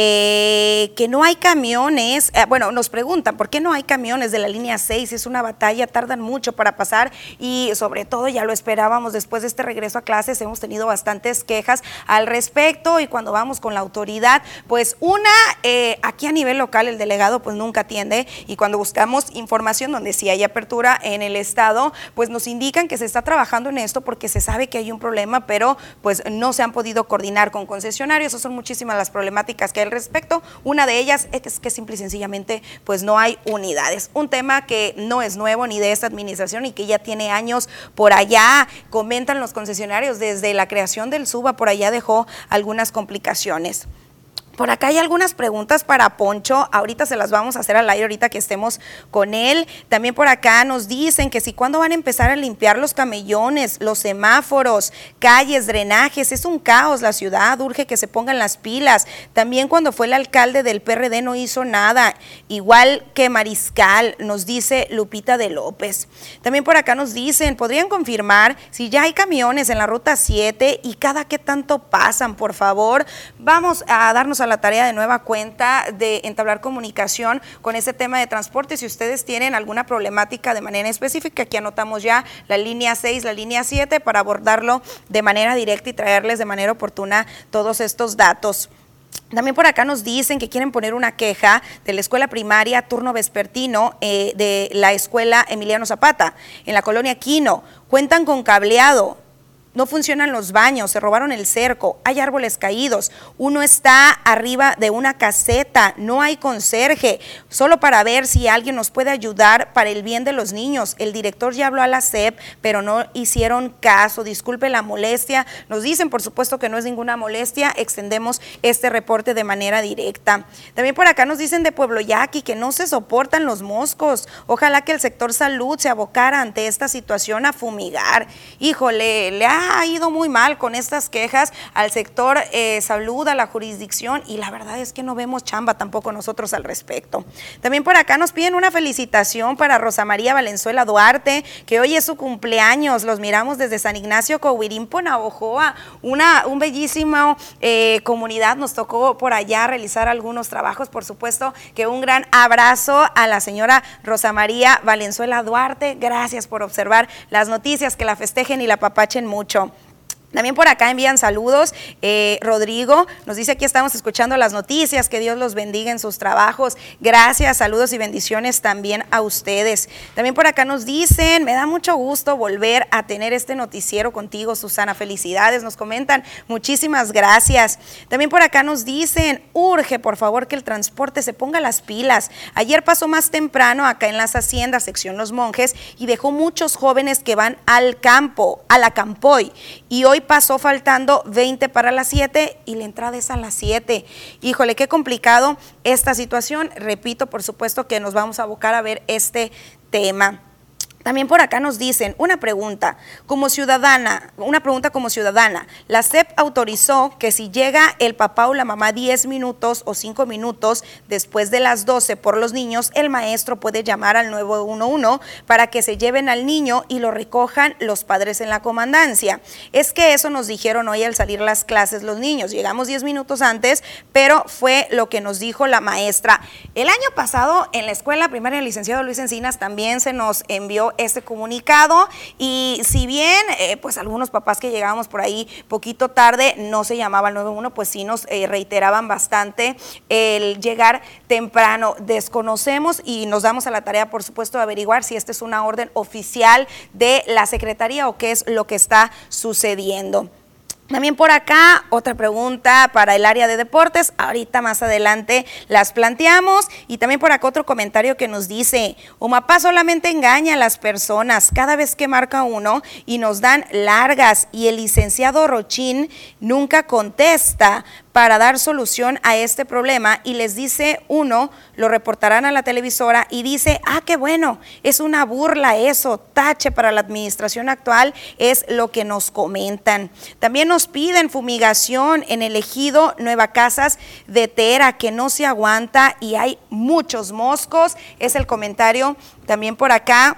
eh, que no hay camiones, eh, bueno, nos preguntan por qué no hay camiones de la línea seis, es una batalla, tardan mucho para pasar y sobre todo ya lo esperábamos después de este regreso a clases, hemos tenido bastantes quejas al respecto y cuando vamos con la autoridad, pues una, eh, aquí a nivel local el delegado pues nunca atiende y cuando buscamos información donde sí hay apertura en el estado, pues nos indican que se está trabajando en esto porque se sabe que hay un problema, pero pues no se han podido coordinar con concesionarios. Esas son muchísimas las problemáticas que hay al respecto. Una de ellas es que simple y sencillamente pues no hay unidades. Un tema que no es nuevo ni de esta administración y que ya tiene años por allá. Comentan los concesionarios desde la creación del SUBA, por allá dejó algunas complicaciones. Por acá hay algunas preguntas para Poncho, ahorita se las vamos a hacer al aire, ahorita que estemos con él. También por acá nos dicen que si cuándo van a empezar a limpiar los camellones, los semáforos, calles, drenajes, es un caos la ciudad, urge que se pongan las pilas. También cuando fue el alcalde del P R D no hizo nada, igual que Mariscal, nos dice Lupita de López. También por acá nos dicen, ¿podrían confirmar si ya hay camiones en la ruta siete y cada qué tanto pasan, por favor? Vamos a darnos a la tarea de nueva cuenta de entablar comunicación con ese tema de transporte. Si ustedes tienen alguna problemática de manera específica, aquí anotamos ya la línea seis, la línea siete para abordarlo de manera directa y traerles de manera oportuna todos estos datos. También por acá nos dicen que quieren poner una queja de la escuela primaria turno vespertino eh, de la escuela Emiliano Zapata en la colonia Quino. Cuentan con cableado. No funcionan los baños, se robaron el cerco, hay árboles caídos, uno está arriba de una caseta, no hay conserje, solo para ver si alguien nos puede ayudar para el bien de los niños. El director ya habló a la S E P, pero no hicieron caso, disculpe la molestia, nos dicen por supuesto que no es ninguna molestia, extendemos este reporte de manera directa. También por acá nos dicen de Pueblo Yaqui que no se soportan los moscos, ojalá que el sector salud se abocara ante esta situación a fumigar. Híjole, le ha ha ido muy mal con estas quejas al sector eh, salud, a la jurisdicción y la verdad es que no vemos chamba tampoco nosotros al respecto. También por acá nos piden una felicitación para Rosa María Valenzuela Duarte, que hoy es su cumpleaños, los miramos desde San Ignacio, Coahuirimpo, Navojoa, una un bellísimo eh, comunidad, nos tocó por allá realizar algunos trabajos, por supuesto que un gran abrazo a la señora Rosa María Valenzuela Duarte, gracias por observar las noticias, que la festejen y la apapachen mucho. También por acá envían saludos, eh, Rodrigo nos dice aquí estamos escuchando las noticias, que Dios los bendiga en sus trabajos, gracias, saludos y bendiciones también a ustedes. También por acá nos dicen, me da mucho gusto volver a tener este noticiero contigo, Susana, felicidades, nos comentan, muchísimas gracias. También por acá nos dicen, urge por favor que el transporte se ponga las pilas, ayer pasó más temprano acá en las haciendas, sección Los Monjes, y dejó muchos jóvenes que van al campo, a la Campoy, y hoy pasó faltando veinte para las siete y la entrada es a las siete. Híjole, qué complicado esta situación. Repito, por supuesto que nos vamos a abocar a ver este tema. También por acá nos dicen una pregunta, como ciudadana, una pregunta como ciudadana, la S E P autorizó que si llega el papá o la mamá diez minutos o cinco minutos después de las doce por los niños, el maestro puede llamar al nueve uno uno para que se lleven al niño y lo recojan los padres en la comandancia. Es que eso nos dijeron hoy al salir las clases los niños, llegamos diez minutos antes, pero fue lo que nos dijo la maestra. El año pasado en la escuela primaria del licenciado Luis Encinas también se nos envió este comunicado y si bien eh, pues algunos papás que llegábamos por ahí poquito tarde no se llamaba al nueve uno, pues sí nos eh, reiteraban bastante el llegar temprano. Desconocemos y nos damos a la tarea por supuesto de averiguar si esta es una orden oficial de la Secretaría o qué es lo que está sucediendo. También por acá, otra pregunta para el área de deportes, ahorita más adelante las planteamos, y también por acá otro comentario que nos dice, Umapá solamente engaña a las personas cada vez que marca uno y nos dan largas y el licenciado Rochín nunca contesta para dar solución a este problema y les dice uno, lo reportarán a la televisora y dice, ah, qué bueno, es una burla eso, tache para la administración actual, es lo que nos comentan. También nos piden fumigación en el ejido Nueva Casas de Tera, que no se aguanta y hay muchos moscos, es el comentario también por acá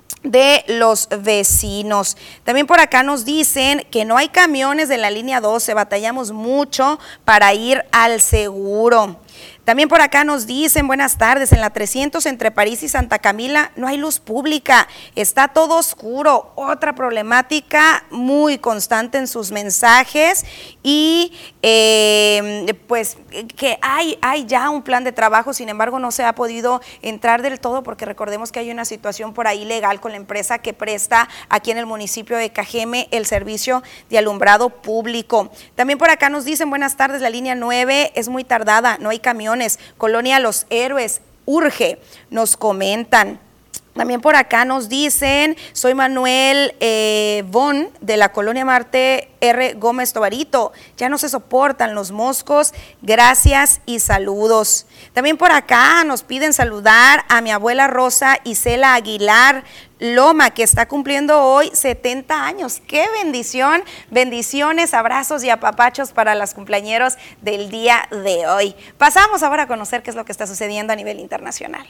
de los vecinos. También por acá nos dicen que no hay camiones de la línea doce, batallamos mucho para ir al seguro. También por acá nos dicen, buenas tardes, en la trescientos entre París y Santa Camila no hay luz pública, está todo oscuro, otra problemática muy constante en sus mensajes y eh, pues que hay, hay ya un plan de trabajo, sin embargo no se ha podido entrar del todo porque recordemos que hay una situación por ahí legal con la empresa que presta aquí en el municipio de Cajeme el servicio de alumbrado público. También por acá nos dicen, buenas tardes, la línea nueve es muy tardada, no hay camiones. Colonia Los Héroes, urge, nos comentan. También por acá nos dicen, soy Manuel eh, Von de la Colonia Marte R. Gómez Tobarito, ya no se soportan los moscos, gracias y saludos. También por acá nos piden saludar a mi abuela Rosa Isela Aguilar Loma, que está cumpliendo hoy setenta años. ¡Qué bendición! Bendiciones, abrazos y apapachos para los cumpleañeros del día de hoy. Pasamos ahora a conocer qué es lo que está sucediendo a nivel internacional.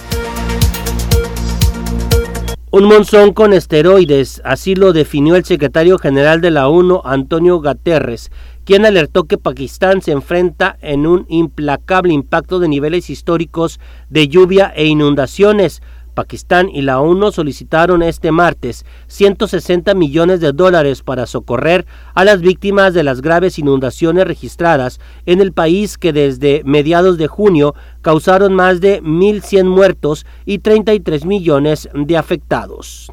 Un monzón con esteroides, así lo definió el secretario general de la ONU, Antonio Guterres, quien alertó que Pakistán se enfrenta en un implacable impacto de niveles históricos de lluvia e inundaciones. Pakistán y la ONU solicitaron este martes ciento sesenta millones de dólares para socorrer a las víctimas de las graves inundaciones registradas en el país que desde mediados de junio causaron más de mil cien muertos y treinta y tres millones de afectados.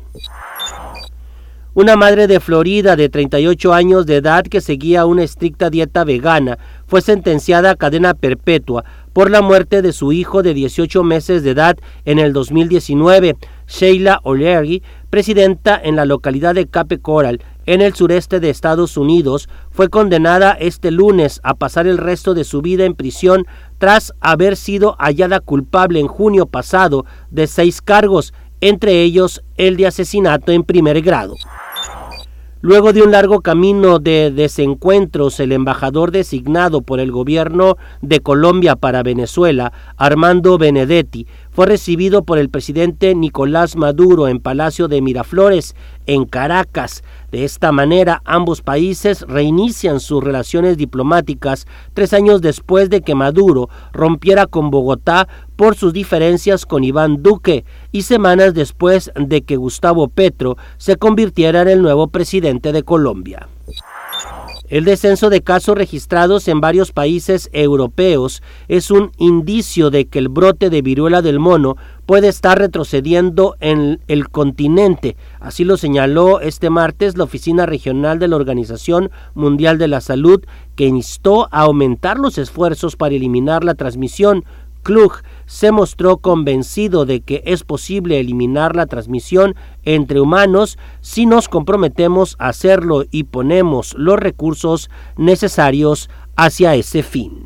Una madre de Florida de treinta y ocho años de edad que seguía una estricta dieta vegana fue sentenciada a cadena perpetua por la muerte de su hijo de dieciocho meses de edad en el dos mil diecinueve. Sheila O'Leary, presidenta en la localidad de Cape Coral, en el sureste de Estados Unidos, fue condenada este lunes a pasar el resto de su vida en prisión tras haber sido hallada culpable en junio pasado de seis cargos, entre ellos el de asesinato en primer grado. Luego de un largo camino de desencuentros, el embajador designado por el gobierno de Colombia para Venezuela, Armando Benedetti, fue recibido por el presidente Nicolás Maduro en Palacio de Miraflores, en Caracas. De esta manera, ambos países reinician sus relaciones diplomáticas tres años después de que Maduro rompiera con Bogotá por sus diferencias con Iván Duque y semanas después de que Gustavo Petro se convirtiera en el nuevo presidente de Colombia. El descenso de casos registrados en varios países europeos es un indicio de que el brote de viruela del mono puede estar retrocediendo en el continente. Así lo señaló este martes la Oficina Regional de la Organización Mundial de la Salud, que instó a aumentar los esfuerzos para eliminar la transmisión. Klug se mostró convencido de que es posible eliminar la transmisión entre humanos si nos comprometemos a hacerlo y ponemos los recursos necesarios hacia ese fin.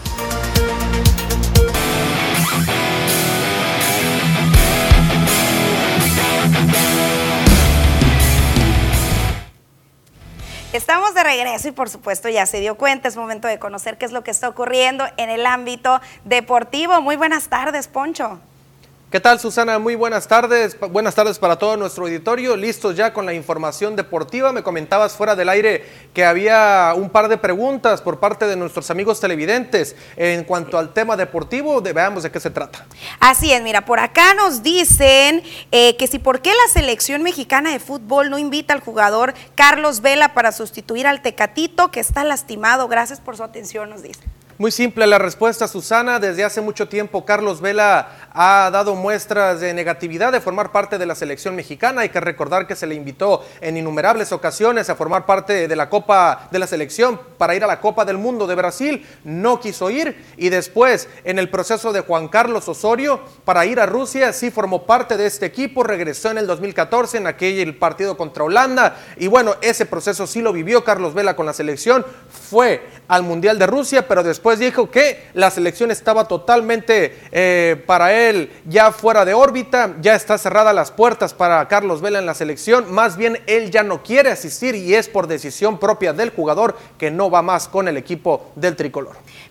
Estamos de regreso y por supuesto ya se dio cuenta, es momento de conocer qué es lo que está ocurriendo en el ámbito deportivo. Muy buenas tardes, Poncho. ¿Qué tal, Susana? Muy buenas tardes, buenas tardes para todo nuestro auditorio, listos ya con la información deportiva. Me comentabas fuera del aire que había un par de preguntas por parte de nuestros amigos televidentes en cuanto al tema deportivo, de, veamos de qué se trata. Así es, mira, por acá nos dicen eh, que si por qué la selección mexicana de fútbol no invita al jugador Carlos Vela para sustituir al Tecatito, que está lastimado. Gracias por su atención, nos dicen. Muy simple la respuesta, Susana. Desde hace mucho tiempo Carlos Vela ha dado muestras de negatividad de formar parte de la selección mexicana. Hay que recordar que se le invitó en innumerables ocasiones a formar parte de la Copa de la Selección para ir a la Copa del Mundo de Brasil. No quiso ir y después en el proceso de Juan Carlos Osorio para ir a Rusia sí formó parte de este equipo. Regresó en el dos mil catorce en aquel partido contra Holanda y bueno, ese proceso sí lo vivió Carlos Vela con la selección. Fue al Mundial de Rusia, pero después Pues dijo que la selección estaba totalmente eh, para él ya fuera de órbita, ya está cerradas las puertas para Carlos Vela en la selección, más bien él ya no quiere asistir y es por decisión propia del jugador que no va más con el equipo del tricolor.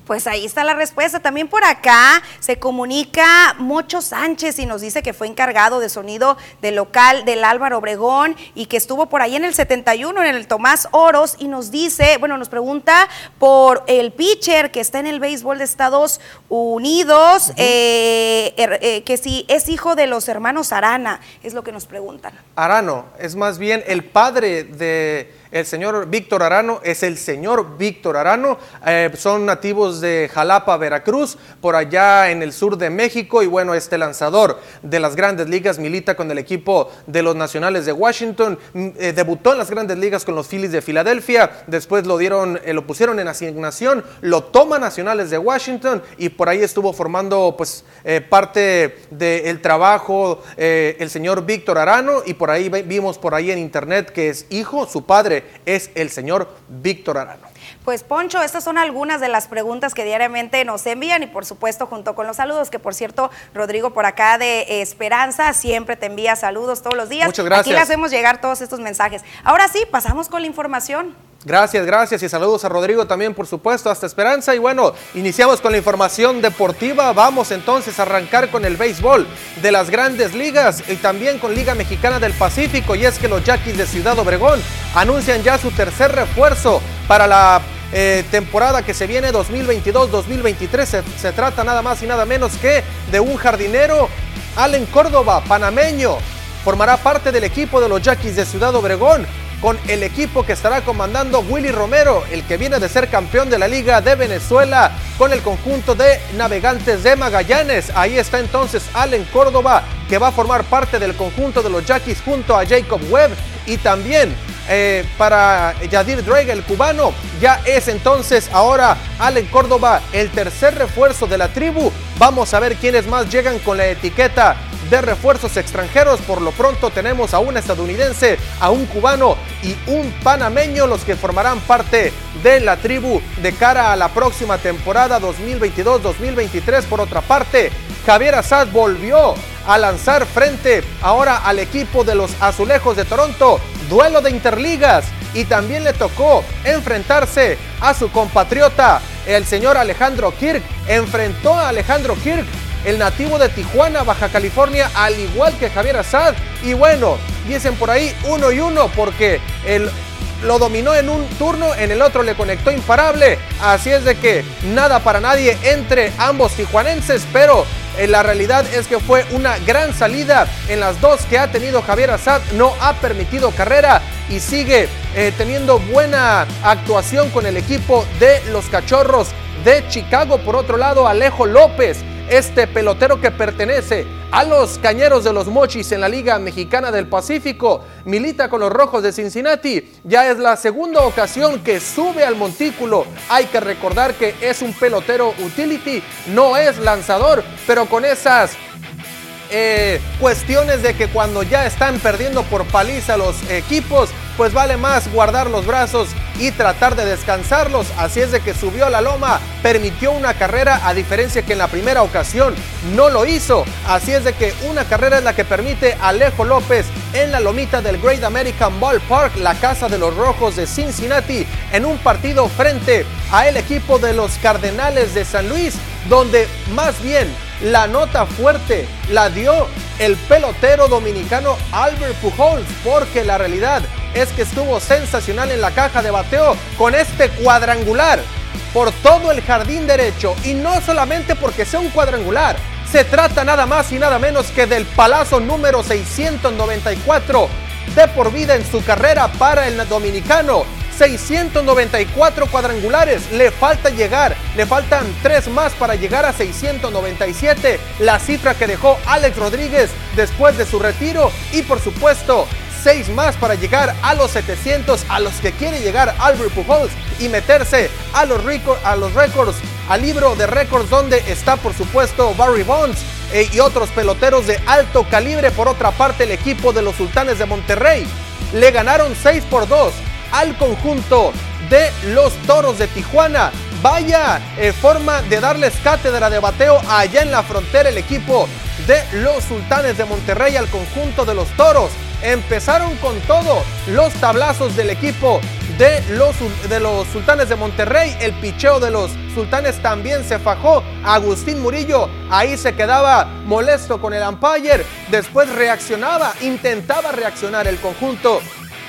Pues ahí está la respuesta. También por acá se comunica Mocho Sánchez y nos dice que fue encargado de sonido del local del Álvaro Obregón y que estuvo por ahí en el setenta y uno, en el Tomás Oros, y nos dice, bueno, nos pregunta por el pitcher que está en el béisbol de Estados Unidos, uh-huh. eh, er, eh, que si es hijo de los hermanos Arana, es lo que nos preguntan. Arano, es más bien el padre de... El señor Víctor Arano es el señor Víctor Arano, eh, son nativos de Jalapa, Veracruz, por allá en el sur de México, y bueno, este lanzador de las Grandes Ligas milita con el equipo de los Nacionales de Washington, eh, debutó en las Grandes Ligas con los Phillies de Filadelfia, después lo dieron, eh, lo pusieron en asignación, lo toma Nacionales de Washington y por ahí estuvo formando pues eh, parte del trabajo eh, el señor Víctor Arano, y por ahí vimos por ahí en internet que es hijo, su padre es el señor Víctor Arano. Pues Poncho, estas son algunas de las preguntas que diariamente nos envían y por supuesto junto con los saludos, que por cierto Rodrigo por acá de Esperanza siempre te envía saludos todos los días. Muchas gracias. Aquí le hacemos llegar todos estos mensajes. Ahora sí, pasamos con la información. Gracias, gracias y saludos a Rodrigo también, por supuesto, hasta Esperanza. Y bueno, iniciamos con la información deportiva. Vamos entonces a arrancar con el béisbol de las Grandes Ligas y también con Liga Mexicana del Pacífico. Y es que los Yaquis de Ciudad Obregón anuncian ya su tercer refuerzo para la eh, temporada que se viene dos mil veintidós dos mil veintitrés. Se, se trata nada más y nada menos que de un jardinero, Allen Córdoba, panameño. Formará parte del equipo de los Yaquis de Ciudad Obregón, con el equipo que estará comandando Willy Romero, el que viene de ser campeón de la Liga de Venezuela con el conjunto de Navegantes de Magallanes. Ahí está entonces Allen Córdoba, que va a formar parte del conjunto de los Yaquis junto a Jacob Webb, y también eh, para Yadir Drake, el cubano, ya es entonces ahora Allen Córdoba el tercer refuerzo de la tribu. Vamos a ver quiénes más llegan con la etiqueta de refuerzos extranjeros. Por lo pronto tenemos a un estadounidense, a un cubano y un panameño, los que formarán parte de la tribu de cara a la próxima temporada dos mil veintidós dos mil veintitrés. Por otra parte, Javier Assad volvió a lanzar frente ahora al equipo de los Azulejos de Toronto, duelo de interligas, y también le tocó enfrentarse a su compatriota, el señor Alejandro Kirk. Enfrentó a Alejandro Kirk, el nativo de Tijuana, Baja California, al igual que Javier Assad. Y bueno, dicen por ahí uno y uno, porque él lo dominó en un turno, en el otro le conectó imparable. Así es de que nada para nadie entre ambos tijuanenses, pero eh, la realidad es que fue una gran salida en las dos que ha tenido Javier Assad. No ha permitido carrera y sigue eh, teniendo buena actuación con el equipo de los Cachorros de Chicago. Por otro lado, Alejo López, este pelotero que pertenece a los Cañeros de los Mochis en la Liga Mexicana del Pacífico, milita con los Rojos de Cincinnati. Ya es la segunda ocasión que sube al montículo. Hay que recordar que es un pelotero utility, no es lanzador, pero con esas eh, cuestiones de que cuando ya están perdiendo por paliza los equipos, pues vale más guardar los brazos y tratar de descansarlos. Así es de que subió a la loma, permitió una carrera, a diferencia que en la primera ocasión no lo hizo. Así es de que una carrera es la que permite Alejo López en la lomita del Great American Ballpark, la casa de los Rojos de Cincinnati, en un partido frente a el equipo de los Cardenales de San Luis, donde más bien la nota fuerte la dio el pelotero dominicano Albert Pujols, porque la realidad es que estuvo sensacional en la caja de bateo con este cuadrangular por todo el jardín derecho, y no solamente porque sea un cuadrangular, se trata nada más y nada menos que del palazo número seiscientos noventa y cuatro de por vida en su carrera para el dominicano. seiscientos noventa y cuatro cuadrangulares, le falta llegar, le faltan tres más para llegar a seiscientos noventa y siete, la cifra que dejó Alex Rodríguez después de su retiro, y por supuesto seis más para llegar a los setecientos, a los que quiere llegar Albert Pujols y meterse a los, a los récords, al libro de récords, donde está por supuesto Barry Bonds eh, y otros peloteros de alto calibre. Por otra parte, el equipo de los Sultanes de Monterrey le ganaron seis por dos al conjunto de los Toros de Tijuana. Vaya eh, forma de darles cátedra de bateo allá en la frontera el equipo de los Sultanes de Monterrey al conjunto de los Toros. Empezaron con todo los tablazos del equipo de los, de los Sultanes de Monterrey. El picheo de los Sultanes también se fajó. Agustín Murillo ahí se quedaba molesto con el umpire. Después reaccionaba, intentaba reaccionar el conjunto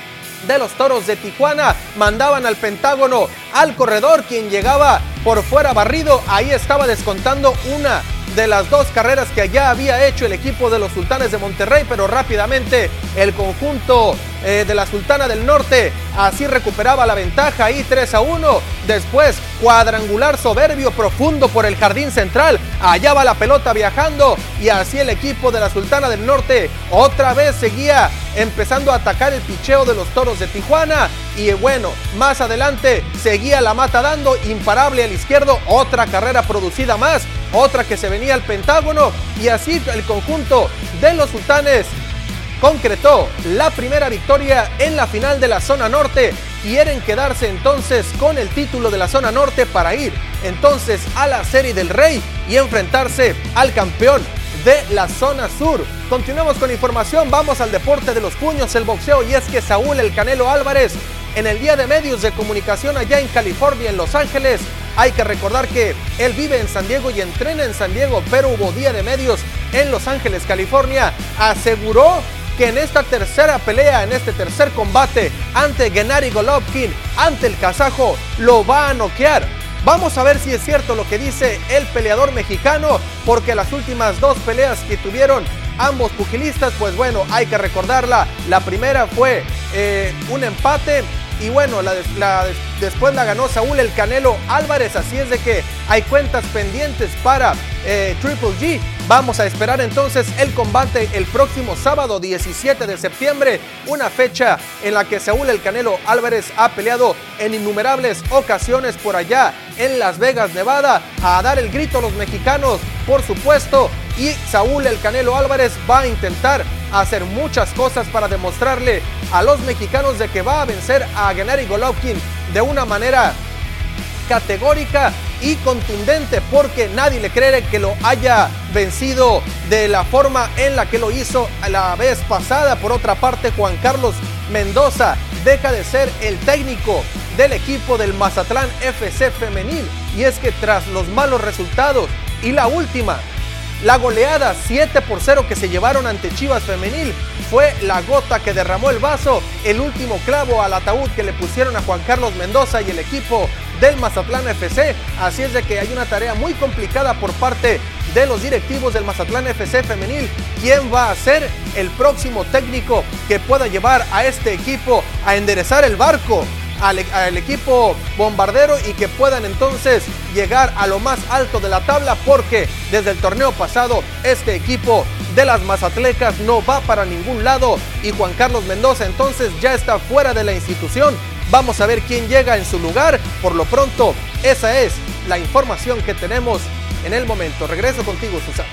de los Toros de Tijuana. Mandaban al Pentágono al corredor, quien llegaba por fuera barrido. Ahí estaba descontando una de las dos carreras que ya había hecho el equipo de los Sultanes de Monterrey, pero rápidamente el conjunto eh, de la Sultana del Norte así recuperaba la ventaja, ahí tres a uno. Después cuadrangular soberbio profundo por el jardín central, allá va la pelota viajando y así el equipo de la Sultana del Norte otra vez seguía empezando a atacar el picheo de los Toros de Tijuana. Y bueno, más adelante seguía la mata dando, imparable al izquierdo, otra carrera producida más, otra que se venía al Pentágono, y así el conjunto de los Sultanes concretó la primera victoria en la final de la zona norte. Quieren quedarse entonces con el título de la zona norte para ir entonces a la Serie del Rey y enfrentarse al campeón de la zona sur. Continuamos con información, vamos al deporte de los puños, el boxeo, y es que Saúl El Canelo Álvarez, en el Día de Medios de Comunicación allá en California, en Los Ángeles, hay que recordar que él vive en San Diego y entrena en San Diego, pero hubo Día de Medios en Los Ángeles, California, aseguró que en esta tercera pelea, en este tercer combate ante Gennady Golovkin, ante el kazajo, lo va a noquear. Vamos a ver si es cierto lo que dice el peleador mexicano, porque las últimas dos peleas que tuvieron ambos pugilistas, pues bueno, hay que recordarla. La primera fue eh, un empate y bueno, la, la, después la ganó Saúl El Canelo Álvarez, así es de que hay cuentas pendientes para eh, Triple G. Vamos a esperar entonces el combate el próximo sábado diecisiete de septiembre, una fecha en la que Saúl El Canelo Álvarez ha peleado en innumerables ocasiones por allá en Las Vegas, Nevada, a dar el grito a los mexicanos, por supuesto, y Saúl El Canelo Álvarez va a intentar hacer muchas cosas para demostrarle a los mexicanos de que va a vencer a Gennady Golovkin de una manera categórica y contundente, porque nadie le cree que lo haya vencido de la forma en la que lo hizo la vez pasada. Por otra parte, Juan Carlos Mendoza deja de ser el técnico del equipo del Mazatlán F C femenil, y es que tras los malos resultados y la última, la goleada siete por cero que se llevaron ante Chivas femenil, fue la gota que derramó el vaso, el último clavo al ataúd que le pusieron a Juan Carlos Mendoza y el equipo del Mazatlán F C. Así es de que hay una tarea muy complicada por parte de los directivos del Mazatlán F C femenil. ¿Quién va a ser el próximo técnico que pueda llevar a este equipo a enderezar el barco al, al equipo bombardero y que puedan entonces llegar a lo más alto de la tabla? Porque desde el torneo pasado este equipo de las mazatlecas no va para ningún lado y Juan Carlos Mendoza entonces ya está fuera de la institución. Vamos a ver quién llega en su lugar. Por lo pronto, esa es la información que tenemos en el momento. Regreso contigo, Susana.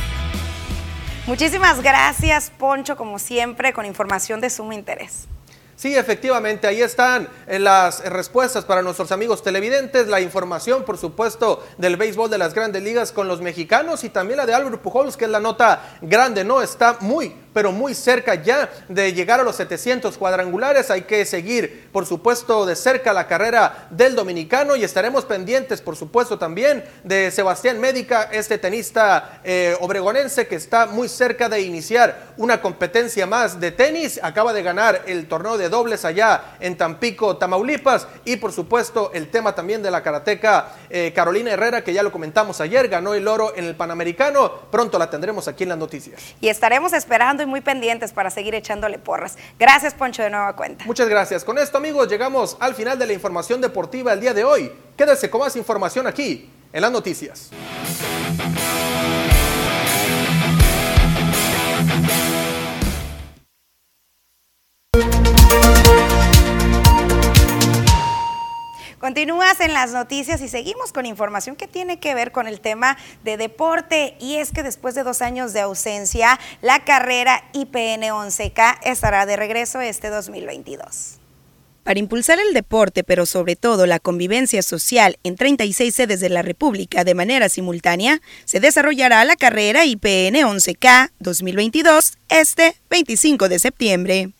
Muchísimas gracias, Poncho, como siempre, con información de sumo interés. Sí, efectivamente, ahí están las respuestas para nuestros amigos televidentes, la información, por supuesto, del béisbol de las grandes ligas con los mexicanos y también la de Albert Pujols, que es la nota grande, ¿no? Está muy, pero muy cerca ya de llegar a los setecientos cuadrangulares. Hay que seguir, por supuesto, de cerca la carrera del dominicano y estaremos pendientes, por supuesto, también de Sebastián Médica, este tenista eh, obregonense que está muy cerca de iniciar una competencia más de tenis. Acaba de ganar el torneo de dobles allá en Tampico, Tamaulipas, y por supuesto el tema también de la karateca eh, Carolina Herrera, que ya lo comentamos ayer, ganó el oro en el Panamericano. Pronto la tendremos aquí en las noticias. Y estaremos esperando y muy pendientes para seguir echándole porras. Gracias, Poncho, de nueva cuenta. Muchas gracias. Con esto, amigos, llegamos al final de la información deportiva el día de hoy. Quédese con más información aquí en las noticias. Continúas en las noticias y seguimos con información que tiene que ver con el tema de deporte, y es que después de dos años de ausencia, la carrera I P N once K estará de regreso este dos mil veintidós. Para impulsar el deporte, pero sobre todo la convivencia social en treinta y seis sedes de la República de manera simultánea, se desarrollará la carrera I P N once K dos mil veintidós este veinticinco de septiembre.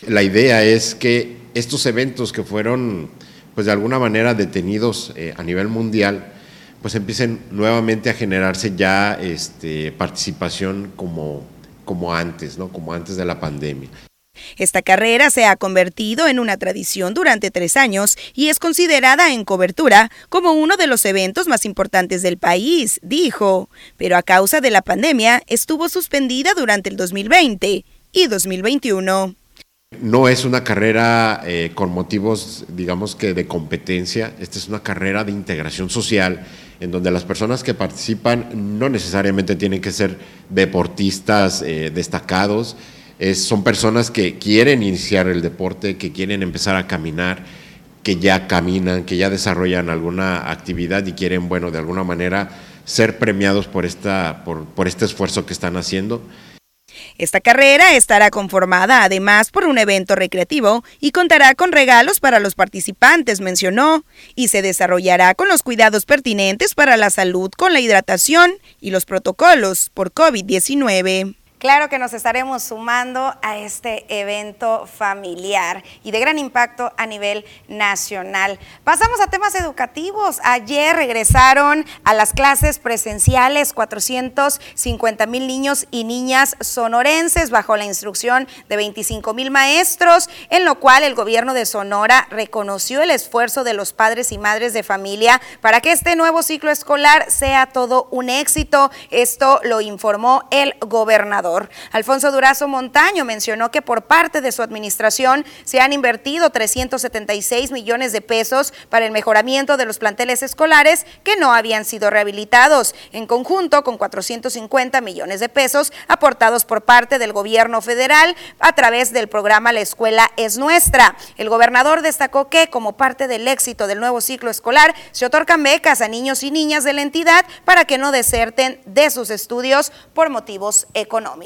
La idea es que estos eventos que fueron, pues de alguna manera detenidos eh, a nivel mundial, pues empiecen nuevamente a generarse ya este, participación como, como antes, ¿no? Como antes de la pandemia. Esta carrera se ha convertido en una tradición durante tres años y es considerada en cobertura como uno de los eventos más importantes del país, dijo, pero a causa de la pandemia estuvo suspendida durante el dos mil veinte y dos mil veintiuno. No es una carrera eh, con motivos, digamos que de competencia, esta es una carrera de integración social, en donde las personas que participan no necesariamente tienen que ser deportistas eh, destacados, es, son personas que quieren iniciar el deporte, que quieren empezar a caminar, que ya caminan, que ya desarrollan alguna actividad y quieren, bueno, de alguna manera ser premiados por, esta, por, por este esfuerzo que están haciendo. Esta carrera estará conformada además por un evento recreativo y contará con regalos para los participantes, mencionó, y se desarrollará con los cuidados pertinentes para la salud con la hidratación y los protocolos por COVID diecinueve. Claro que nos estaremos sumando a este evento familiar y de gran impacto a nivel nacional. Pasamos a temas educativos. Ayer regresaron a las clases presenciales cuatrocientos cincuenta mil niños y niñas sonorenses bajo la instrucción de veinticinco mil maestros, en lo cual el gobierno de Sonora reconoció el esfuerzo de los padres y madres de familia para que este nuevo ciclo escolar sea todo un éxito. Esto lo informó el gobernador. Alfonso Durazo Montaño mencionó que por parte de su administración se han invertido trescientos setenta y seis millones de pesos para el mejoramiento de los planteles escolares que no habían sido rehabilitados, en conjunto con cuatrocientos cincuenta millones de pesos aportados por parte del gobierno federal a través del programa La Escuela es Nuestra. El gobernador destacó que como parte del éxito del nuevo ciclo escolar se otorgan becas a niños y niñas de la entidad para que no deserten de sus estudios por motivos económicos.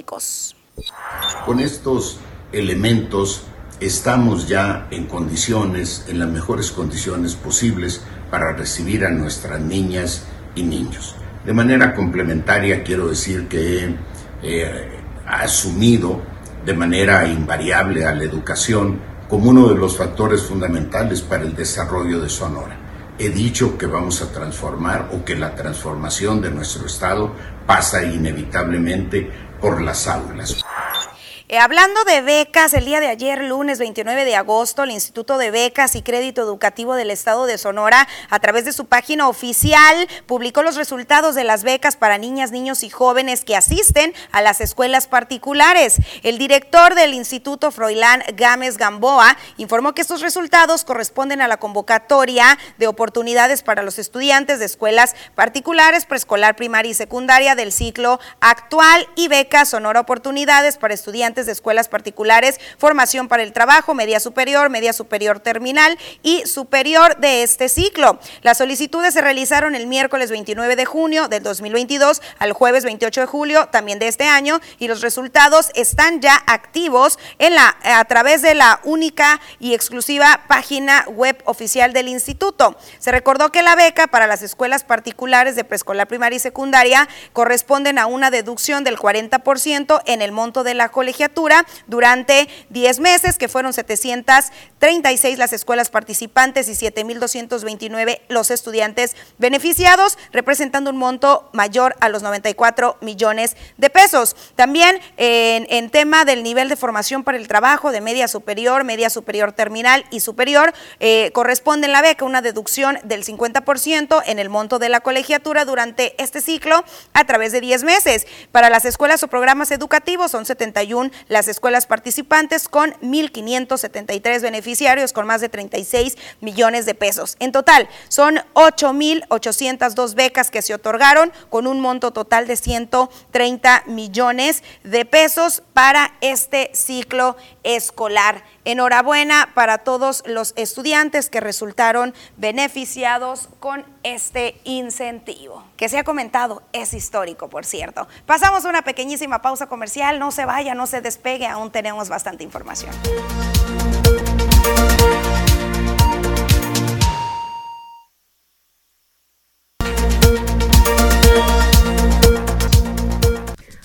Con estos elementos estamos ya en condiciones, en las mejores condiciones posibles para recibir a nuestras niñas y niños. De manera complementaria quiero decir que he eh, asumido de manera invariable a la educación como uno de los factores fundamentales para el desarrollo de Sonora. He dicho que vamos a transformar o que la transformación de nuestro estado pasa inevitablemente por las aulas. Eh, hablando de becas, el día de ayer, lunes veintinueve de agosto, el Instituto de Becas y Crédito Educativo del Estado de Sonora, a través de su página oficial, publicó los resultados de las becas para niñas, niños y jóvenes que asisten a las escuelas particulares. El director del Instituto, Froilán Gámez Gamboa, informó que estos resultados corresponden a la convocatoria de oportunidades para los estudiantes de escuelas particulares, preescolar, primaria y secundaria del ciclo actual y becas Sonora Oportunidades para estudiantes de escuelas particulares, formación para el trabajo, media superior, media superior terminal y superior de este ciclo. Las solicitudes se realizaron el miércoles veintinueve de junio del dos mil veintidós al jueves veintiocho de julio también de este año y los resultados están ya activos en la, a través de la única y exclusiva página web oficial del instituto. Se recordó que la beca para las escuelas particulares de preescolar, primaria y secundaria corresponden a una deducción del cuarenta por ciento en el monto de la colegiatura durante diez meses, que fueron setecientas treinta y seis las escuelas participantes y siete mil doscientos veintinueve los estudiantes beneficiados, representando un monto mayor a los noventa y cuatro millones de pesos. También en, en tema del nivel de formación para el trabajo de media superior, media superior terminal y superior, eh, corresponde en la beca una deducción del cincuenta por ciento en el monto de la colegiatura durante este ciclo a través de diez meses. Para las escuelas o programas educativos son setenta y uno las escuelas participantes con mil quinientos setenta y tres beneficiarios con más de treinta y seis millones de pesos. En total, son ocho mil ochocientas dos becas que se otorgaron con un monto total de ciento treinta millones de pesos para este ciclo escolar. Enhorabuena para todos los estudiantes que resultaron beneficiados con este incentivo, que se ha comentado, es histórico, por cierto. Pasamos a una pequeñísima pausa comercial, no se vaya, no se despegue, aún tenemos bastante información.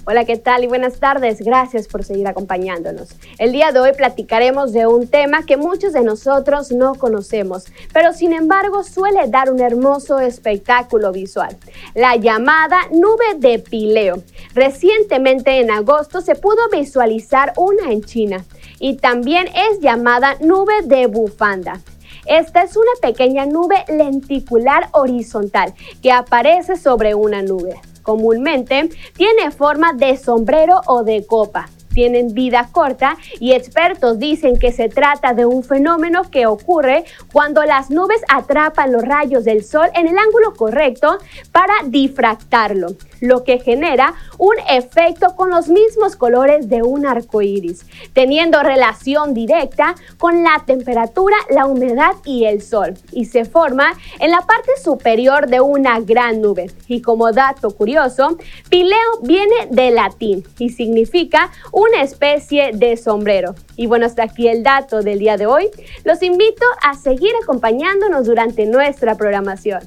Hola, ¿qué tal? Y buenas tardes. Gracias por seguir acompañándonos. El día de hoy platicaremos de un tema que muchos de nosotros no conocemos, pero sin embargo suele dar un hermoso espectáculo visual. La llamada nube de Pileo. Recientemente en agosto se pudo visualizar una en China y también es llamada nube de bufanda. Esta es una pequeña nube lenticular horizontal que aparece sobre una nube. Comúnmente tiene forma de sombrero o de copa. Tienen vida corta y expertos dicen que se trata de un fenómeno que ocurre cuando las nubes atrapan los rayos del sol en el ángulo correcto para difractarlo, lo que genera un efecto con los mismos colores de un arco iris, teniendo relación directa con la temperatura, la humedad y el sol, y se forma en la parte superior de una gran nube. Y como dato curioso, Pileo viene del latín y significa una especie de sombrero. Y bueno, hasta aquí el dato del día de hoy. Los invito a seguir acompañándonos durante nuestra programación.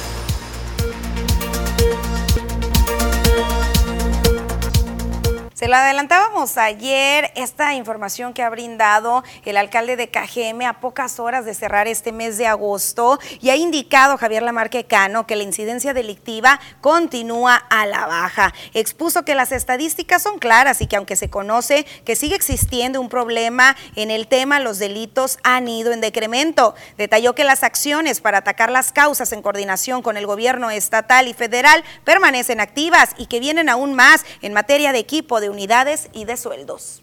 Se lo adelantábamos ayer, esta información que ha brindado el alcalde de Cajeme a pocas horas de cerrar este mes de agosto, y ha indicado Javier Lamarque Cano que la incidencia delictiva continúa a la baja. Expuso que las estadísticas son claras y que aunque se conoce que sigue existiendo un problema en el tema, los delitos han ido en decremento. Detalló que las acciones para atacar las causas en coordinación con el gobierno estatal y federal permanecen activas y que vienen aún más en materia de equipo, de unidades y de sueldos.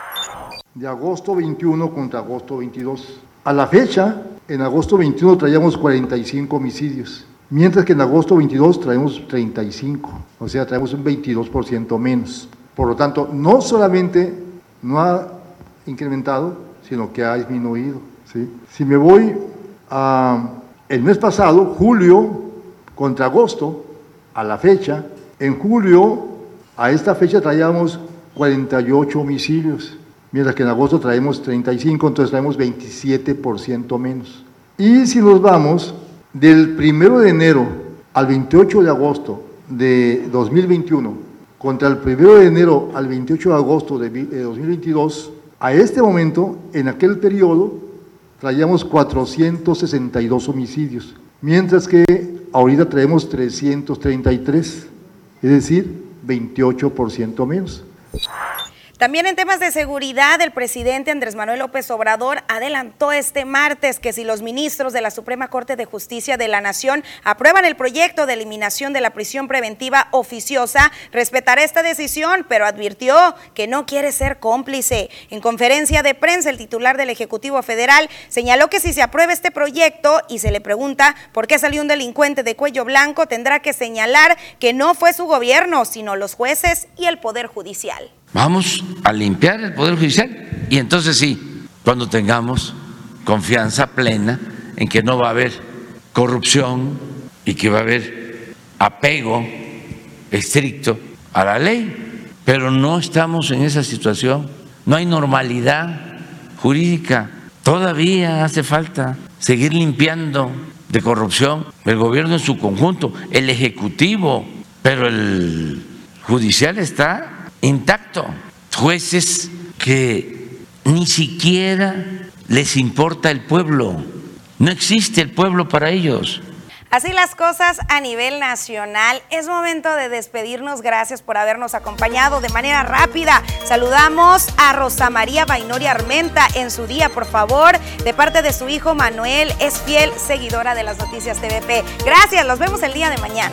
De agosto veintiuno contra agosto veintidós. A la fecha, en agosto veintiuno traíamos cuarenta y cinco homicidios, mientras que en agosto veintidós traemos treinta y cinco, o sea, traemos un veintidós por ciento menos. Por lo tanto, no solamente no ha incrementado, sino que ha disminuido, ¿sí? Si me voy a el mes pasado, julio contra agosto, a la fecha, en julio a esta fecha traíamos cuarenta y ocho homicidios, mientras que en agosto traemos treinta y cinco, entonces traemos veintisiete por ciento menos. Y si nos vamos del primero de enero al veintiocho de agosto de dos mil veintiuno, contra el primero de enero al veintiocho de agosto de dos mil veintidós, a este momento, en aquel periodo, traíamos cuatrocientos sesenta y dos homicidios, mientras que ahorita traemos trescientos treinta y tres, es decir, veintiocho por ciento menos. También en temas de seguridad, el presidente Andrés Manuel López Obrador adelantó este martes que si los ministros de la Suprema Corte de Justicia de la Nación aprueban el proyecto de eliminación de la prisión preventiva oficiosa, respetará esta decisión, pero advirtió que no quiere ser cómplice. En conferencia de prensa, el titular del Ejecutivo Federal señaló que si se aprueba este proyecto y se le pregunta por qué salió un delincuente de cuello blanco, tendrá que señalar que no fue su gobierno, sino los jueces y el Poder Judicial. Vamos a limpiar el Poder Judicial y entonces sí, cuando tengamos confianza plena en que no va a haber corrupción y que va a haber apego estricto a la ley, pero no estamos en esa situación, no hay normalidad jurídica, todavía hace falta seguir limpiando de corrupción el gobierno en su conjunto, el ejecutivo, pero el judicial está intacto, jueces que ni siquiera les importa el pueblo, no existe el pueblo para ellos. Así las cosas a nivel nacional. Es momento de despedirnos. Gracias por habernos acompañado de manera rápida. Saludamos a Rosa María Bainoria Armenta en su día, por favor, de parte de su hijo Manuel. Es fiel seguidora de las Noticias T V P. Gracias, los vemos el día de mañana.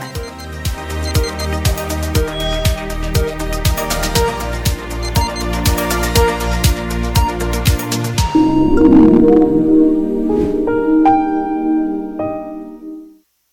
Thank you.